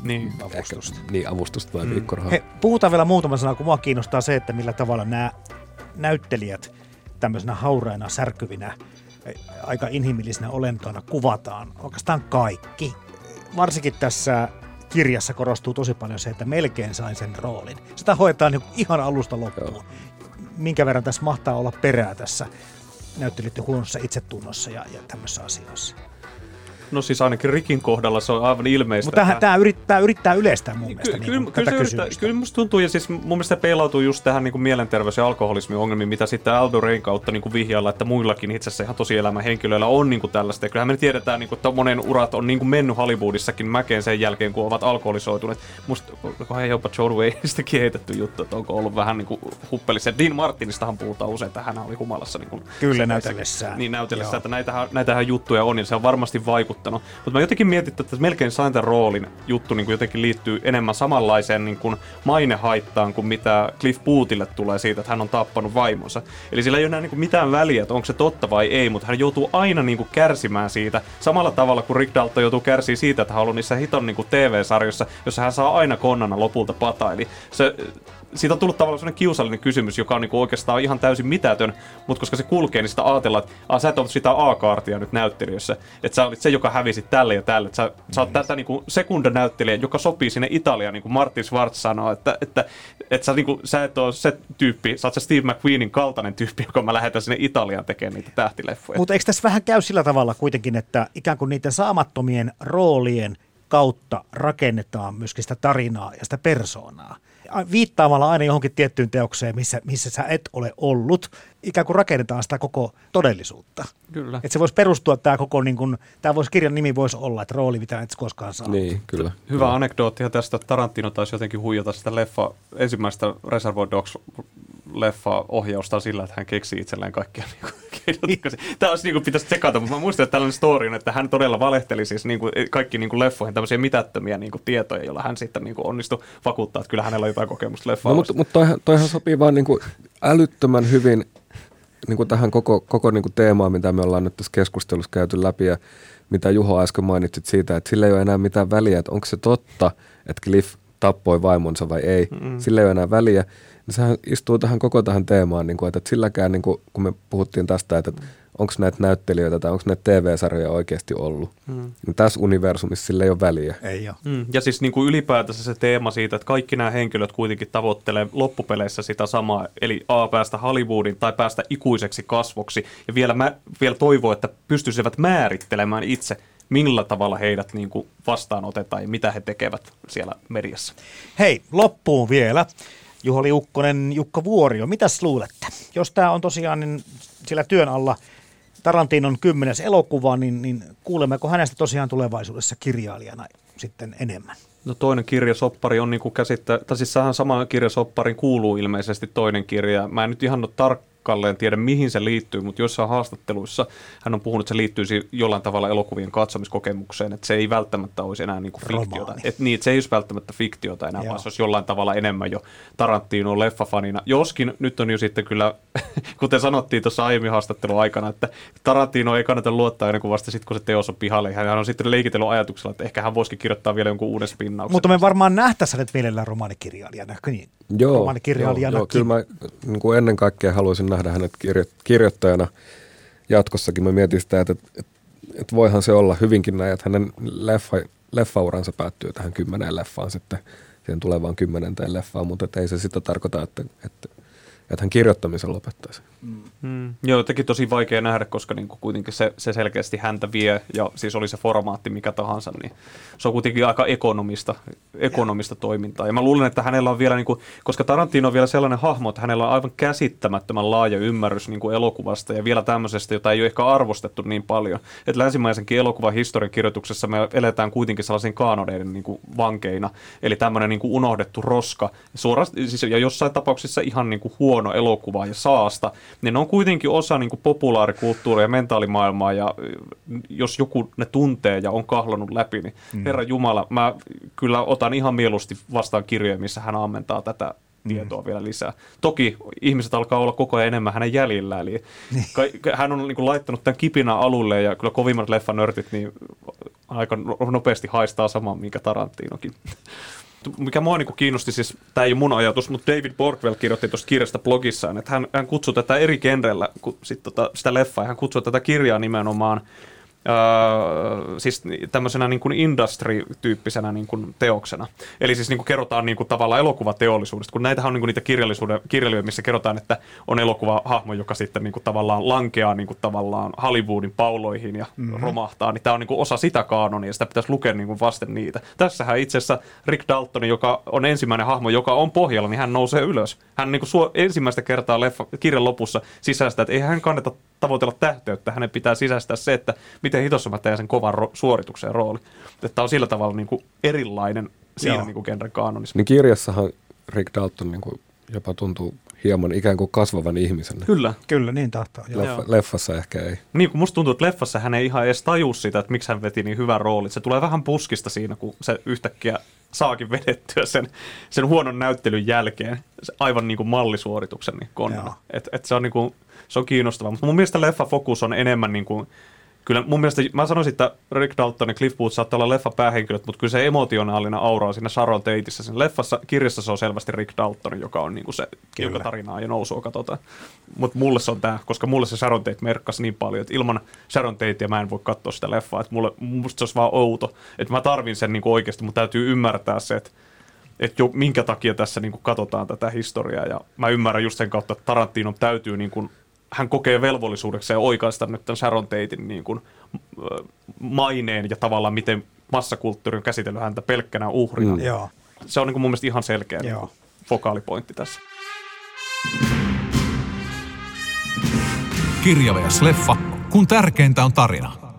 Speaker 4: avustusta tai viikkorahaa.
Speaker 5: Puhutaan vielä muutama sana, kun mua kiinnostaa se, että millä tavalla nämä näyttelijät tämmöisenä hauraina, särkyvinä, aika inhimillisinä olentoina kuvataan. Oikeastaan kaikki. Varsinkin tässä kirjassa korostuu tosi paljon se, että melkein sain sen roolin. Sitä hoetaan niin ihan alusta loppuun. Joo. Minkä verran tässä mahtaa olla perää tässä näyttelijöiden huonossa itsetunnossa ja tämmöisissä asioissa.
Speaker 3: No siis ainakin Rikin kohdalla se on aivan ilmeistä.
Speaker 5: Mutta tämä yrittää yleistää mun mielestä tätä kysymystä.
Speaker 3: Kyllä musta tuntuu, ja siis mun mielestä peilautuu just tähän niin kuin mielenterveys- ja alkoholismi-ongelmiin, mitä sitten Aldo Rayn kautta niin kuin vihjailla, että muillakin itse asiassa ihan tosielämän henkilöillä on niin kuin tällaista. Ja kyllähän me tiedetään, niin kuin, että monen urat on niin kuin mennyt Hollywoodissakin mäkeen sen jälkeen, kun ovat alkoholisoituneet. Musta onkohan jopa John Wayne'istakin heitetty juttu, että onko ollut vähän niin kuin huppelissa. Dean Martinistahan puhutaan usein, että hän oli humalassa. Niin kuin
Speaker 5: kyllä näytellessään.
Speaker 3: Niin näytellessään, että näitähän juttuja on, ja se on varmasti vaikuttanut. Mutta mä jotenkin mietin, että melkein sain tämän roolin juttu niin kuin jotenkin liittyy enemmän samanlaiseen niin kuin mainehaittaan kuin mitä Cliff Boothille tulee siitä, että hän on tappanut vaimonsa. Eli sillä ei ole enää niin kuin mitään väliä, että onko se totta vai ei, mutta hän joutuu aina niin kuin kärsimään siitä samalla tavalla kuin Rick Dalton joutuu kärsimään siitä, että hän on ollut niissä hiton niin kuin TV-sarjoissa, jossa hän saa aina konnana lopulta pataa. Eli siitä on tullut tavallaan sellainen kiusallinen kysymys, joka on niinku oikeastaan ihan täysin mitätön, mutta koska se kulkee, niin sitä ajatellaan, että sä et ole sitä A-kaartia nyt näyttelijössä. Että sä olit se, joka hävisi tälle ja tälle. Että sä oot tätä niinku sekundanäyttelijä, joka sopii sinne Italiaan, niin kuin Martin Schwartz sanoo, että sä et ole se tyyppi, sä oot se Steve McQueenin kaltainen tyyppi, joka mä lähetän sinne Italiaan tekemään niitä tähtileffoja.
Speaker 5: Mutta eikö tässä vähän käy sillä tavalla kuitenkin, että ikään kuin niiden saamattomien roolien kautta rakennetaan myöskin sitä tarinaa ja sitä persoonaa? Viittaamalla aina johonkin tiettyyn teokseen, missä sä et ole ollut, ikään kuin rakennetaan sitä koko todellisuutta.
Speaker 3: Kyllä.
Speaker 5: Että se voisi perustua tämä koko, niin kuin, kirjan nimi voisi olla, että rooli, mitä et koskaan saa.
Speaker 4: Niin, kyllä.
Speaker 3: Hyvä anekdoottia tästä, että Tarantino taisi jotenkin huijata sitä ensimmäistä Reservoir Dogs-leffa-ohjausta sillä, että hän keksii itselleen kaikkia keinot. Tämä olisi niin kuin pitäisi tsekata, mutta mä muistan, että tällainen story on, että hän todella valehteli siis niin kuin kaikki niin kuin leffoihin tämmöisiä mitättömiä niin kuin tietoja, joilla hän sitten niin kuin onnistui vakuuttaa, että kyllä hänellä on jotain kokemusta leffaa.
Speaker 4: No, mutta toihan sopii vaan niin kuin älyttömän hyvin niin kuin tähän koko niin kuin teemaan, mitä me ollaan nyt tässä keskustelussa käyty läpi ja mitä Juho äsken mainitsit siitä, että sillä ei ole enää mitään väliä, että onko se totta, että Cliff tappoi vaimonsa vai ei. Sillä ei ole enää väliä. Sehän istuu koko tähän teemaan, niin kuin, että silläkään, niin kuin, kun me puhuttiin tästä, että onko näitä näyttelijöitä tai onko näitä TV-sarjoja oikeasti ollut. Niin tässä universumissa sillä ei ole väliä.
Speaker 5: Ei ole.
Speaker 3: Ja siis niin kuin ylipäätänsä se teema siitä, että kaikki nämä henkilöt kuitenkin tavoittelee loppupeleissä sitä samaa, eli päästä Hollywoodin tai päästä ikuiseksi kasvoksi, ja vielä toivoo, että pystyisivät määrittelemään itse, millä tavalla heidät niin kuin vastaanotetaan ja mitä he tekevät siellä mediassa.
Speaker 5: Hei, loppuun vielä. Juho Liukkonen, Jukka Vuorio, mitäs luulette? Jos tämä on tosiaan niin sillä työn alla Tarantinon 10. elokuva, niin kuulemmeko hänestä tosiaan tulevaisuudessa kirjailijana sitten enemmän?
Speaker 3: No toinen kirjasoppari on niin kuin tai siis samaan kirjasopparin kuuluu ilmeisesti toinen kirja. Mä en nyt ihan ole tarkalleen tiedä, mihin se liittyy, mutta jossain haastatteluissa hän on puhunut, että se liittyisi jollain tavalla elokuvien katsomiskokemukseen, että se ei välttämättä olisi enää niin kuin fiktiota. Että se ei olisi välttämättä fiktiota enää, vaan se olisi jollain tavalla enemmän jo Tarantino leffafanina. Joskin nyt on jo sitten kyllä, kuten sanottiin tuossa aiemmin haastattelun aikana, että Tarantino ei kannata luottaa ennen kuin vasta sitten, kun se teos on pihalle. Hän on sitten leikitellyt ajatuksella, että ehkä hän voisikin kirjoittaa vielä jonkun uuden spinnauksen.
Speaker 5: Mutta me varmaan nähtäisiin hänet mielellään romaanikirjailijana. Niin.
Speaker 4: Joo, kyllä mä niin kuin ennen kaikkea haluaisin nähdä hänet kirjoittajana jatkossakin. Mä mietin sitä, että voihan se olla hyvinkin näin, että hänen leffauransa päättyy tähän 10 leffaan sitten siihen tulevaan 10. leffaan, mutta ei se sitä tarkoita, että hän kirjoittamisen lopettaisi.
Speaker 3: Joo, jotenkin tosi vaikea nähdä, koska niin kuitenkin se selkeästi häntä vie, ja siis oli se formaatti mikä tahansa, niin se on kuitenkin aika ekonomista toimintaa. Ja mä luulen, että hänellä on vielä, niin kuin, koska Tarantino on vielä sellainen hahmo, että hänellä on aivan käsittämättömän laaja ymmärrys niin kuin elokuvasta, ja vielä tämmöisestä, jota ei ole ehkä arvostettu niin paljon. Että länsimaisenkin elokuvan historiankirjoituksessa me eletään kuitenkin sellaisen kaanoneiden niin kuin vankeina, eli tämmöinen niin kuin unohdettu roska, siis, ja jossain tapauksissa ihan niin kuin huono elokuva ja saasta, niin ne on kuitenkin osa niin kuin populaarikulttuuria ja mentaalimaailmaa, ja jos joku ne tuntee ja on kahlannut läpi, niin Herra Jumala, mä kyllä otan ihan mieluusti vastaan kirjoja, missä hän ammentaa tätä tietoa vielä lisää. Toki ihmiset alkaa olla koko ajan enemmän hänen jäljellä, eli hän on niin kuin laittanut tämän kipinän alulle, ja kyllä kovimmat leffanörtit niin aika nopeasti haistaa saman, minkä Tarantinokin. Mikä mua niin kiinnosti, siis tämä ei ole mun ajatus, mutta David Borgwell kirjoitti tuosta kirjasta blogissaan, että hän kutsui tätä eri genrellä, sitä leffaa, ja hän kutsui tätä kirjaa nimenomaan siis tämmöisenä niin kuin industry-tyyppisenä niin kuin teoksena. Eli siis niin kuin kerrotaan niin kuin tavallaan elokuvateollisuudesta, kun näitähän on niin kuin niitä kirjallisuja, missä kerrotaan, että on elokuvahahmo, joka sitten niin kuin tavallaan lankeaa niin kuin tavallaan Hollywoodin pauloihin ja romahtaa, niin tämä on niin kuin osa sitä kaanonia, ja sitä pitäisi lukea niin kuin vasten niitä. Tässähän itse asiassa Rick Dalton, joka on ensimmäinen hahmo, joka on pohjalla, niin hän nousee ylös. Hän niin kuin ensimmäistä kertaa kirjan lopussa sisäistää, että ei hän kannata tavoitella tähteyttä, hänen pitää sisäistää se, että miten hitossa mä teen sen kovan suorituksen rooli. Että on sillä tavalla niin kuin erilainen siinä niin kuin genren kaanonissa.
Speaker 4: Niin kirjassahan Rick Dalton niin kuin jopa tuntuu hieman ikään kuin kasvavan ihmisenä.
Speaker 5: Kyllä, niin tahtoo.
Speaker 4: Leffassa ehkä ei.
Speaker 3: Niin kuin musta tuntuu, että leffassa hän ei ihan edes tajua sitä, että miksi hän veti niin hyvän roolin. Se tulee vähän puskista siinä, kun se yhtäkkiä saakin vedettyä sen huonon näyttelyn jälkeen aivan niin kuin mallisuorituksen niin konnana. Et se on niin kuin, se on kiinnostavaa, mutta mun mielestä leffa-fokus on enemmän niin kuin, kyllä mun mielestä, mä sanoisin, että Rick Dalton ja Cliff Booth saattaa olla leffa-päähenkilöt, mutta kyllä se emotionaalinen aura on siinä Sharon Tateissa. Sen kirjassa se on selvästi Rick Dalton, joka on niin kuin se, joka tarinaa ja nousua katsotaan. Mutta mulle se on tämä, koska mulle se Sharon Tate merkkasi niin paljon, että ilman Sharon Tatea mä en voi katsoa sitä leffaa. Että musta se olisi vaan outo. Että mä tarvin sen niin kuin oikeasti, mutta täytyy ymmärtää se, että minkä takia tässä niin kuin katsotaan tätä historiaa. Ja mä ymmärrän just sen kautta, että Tarantino täytyy niin kuin, hän kokee velvollisuudeksi ja oikaista nyt tämän Sharon Taten niin kuin, maineen ja tavallaan miten massakulttuuri on käsitellyt häntä pelkkänä uhrina. Se on niin kuin mun mielestä ihan selkeä niin kuin, fokaalipointti tässä.
Speaker 2: Kirja vs. leffa, kun tärkeintä on tarina.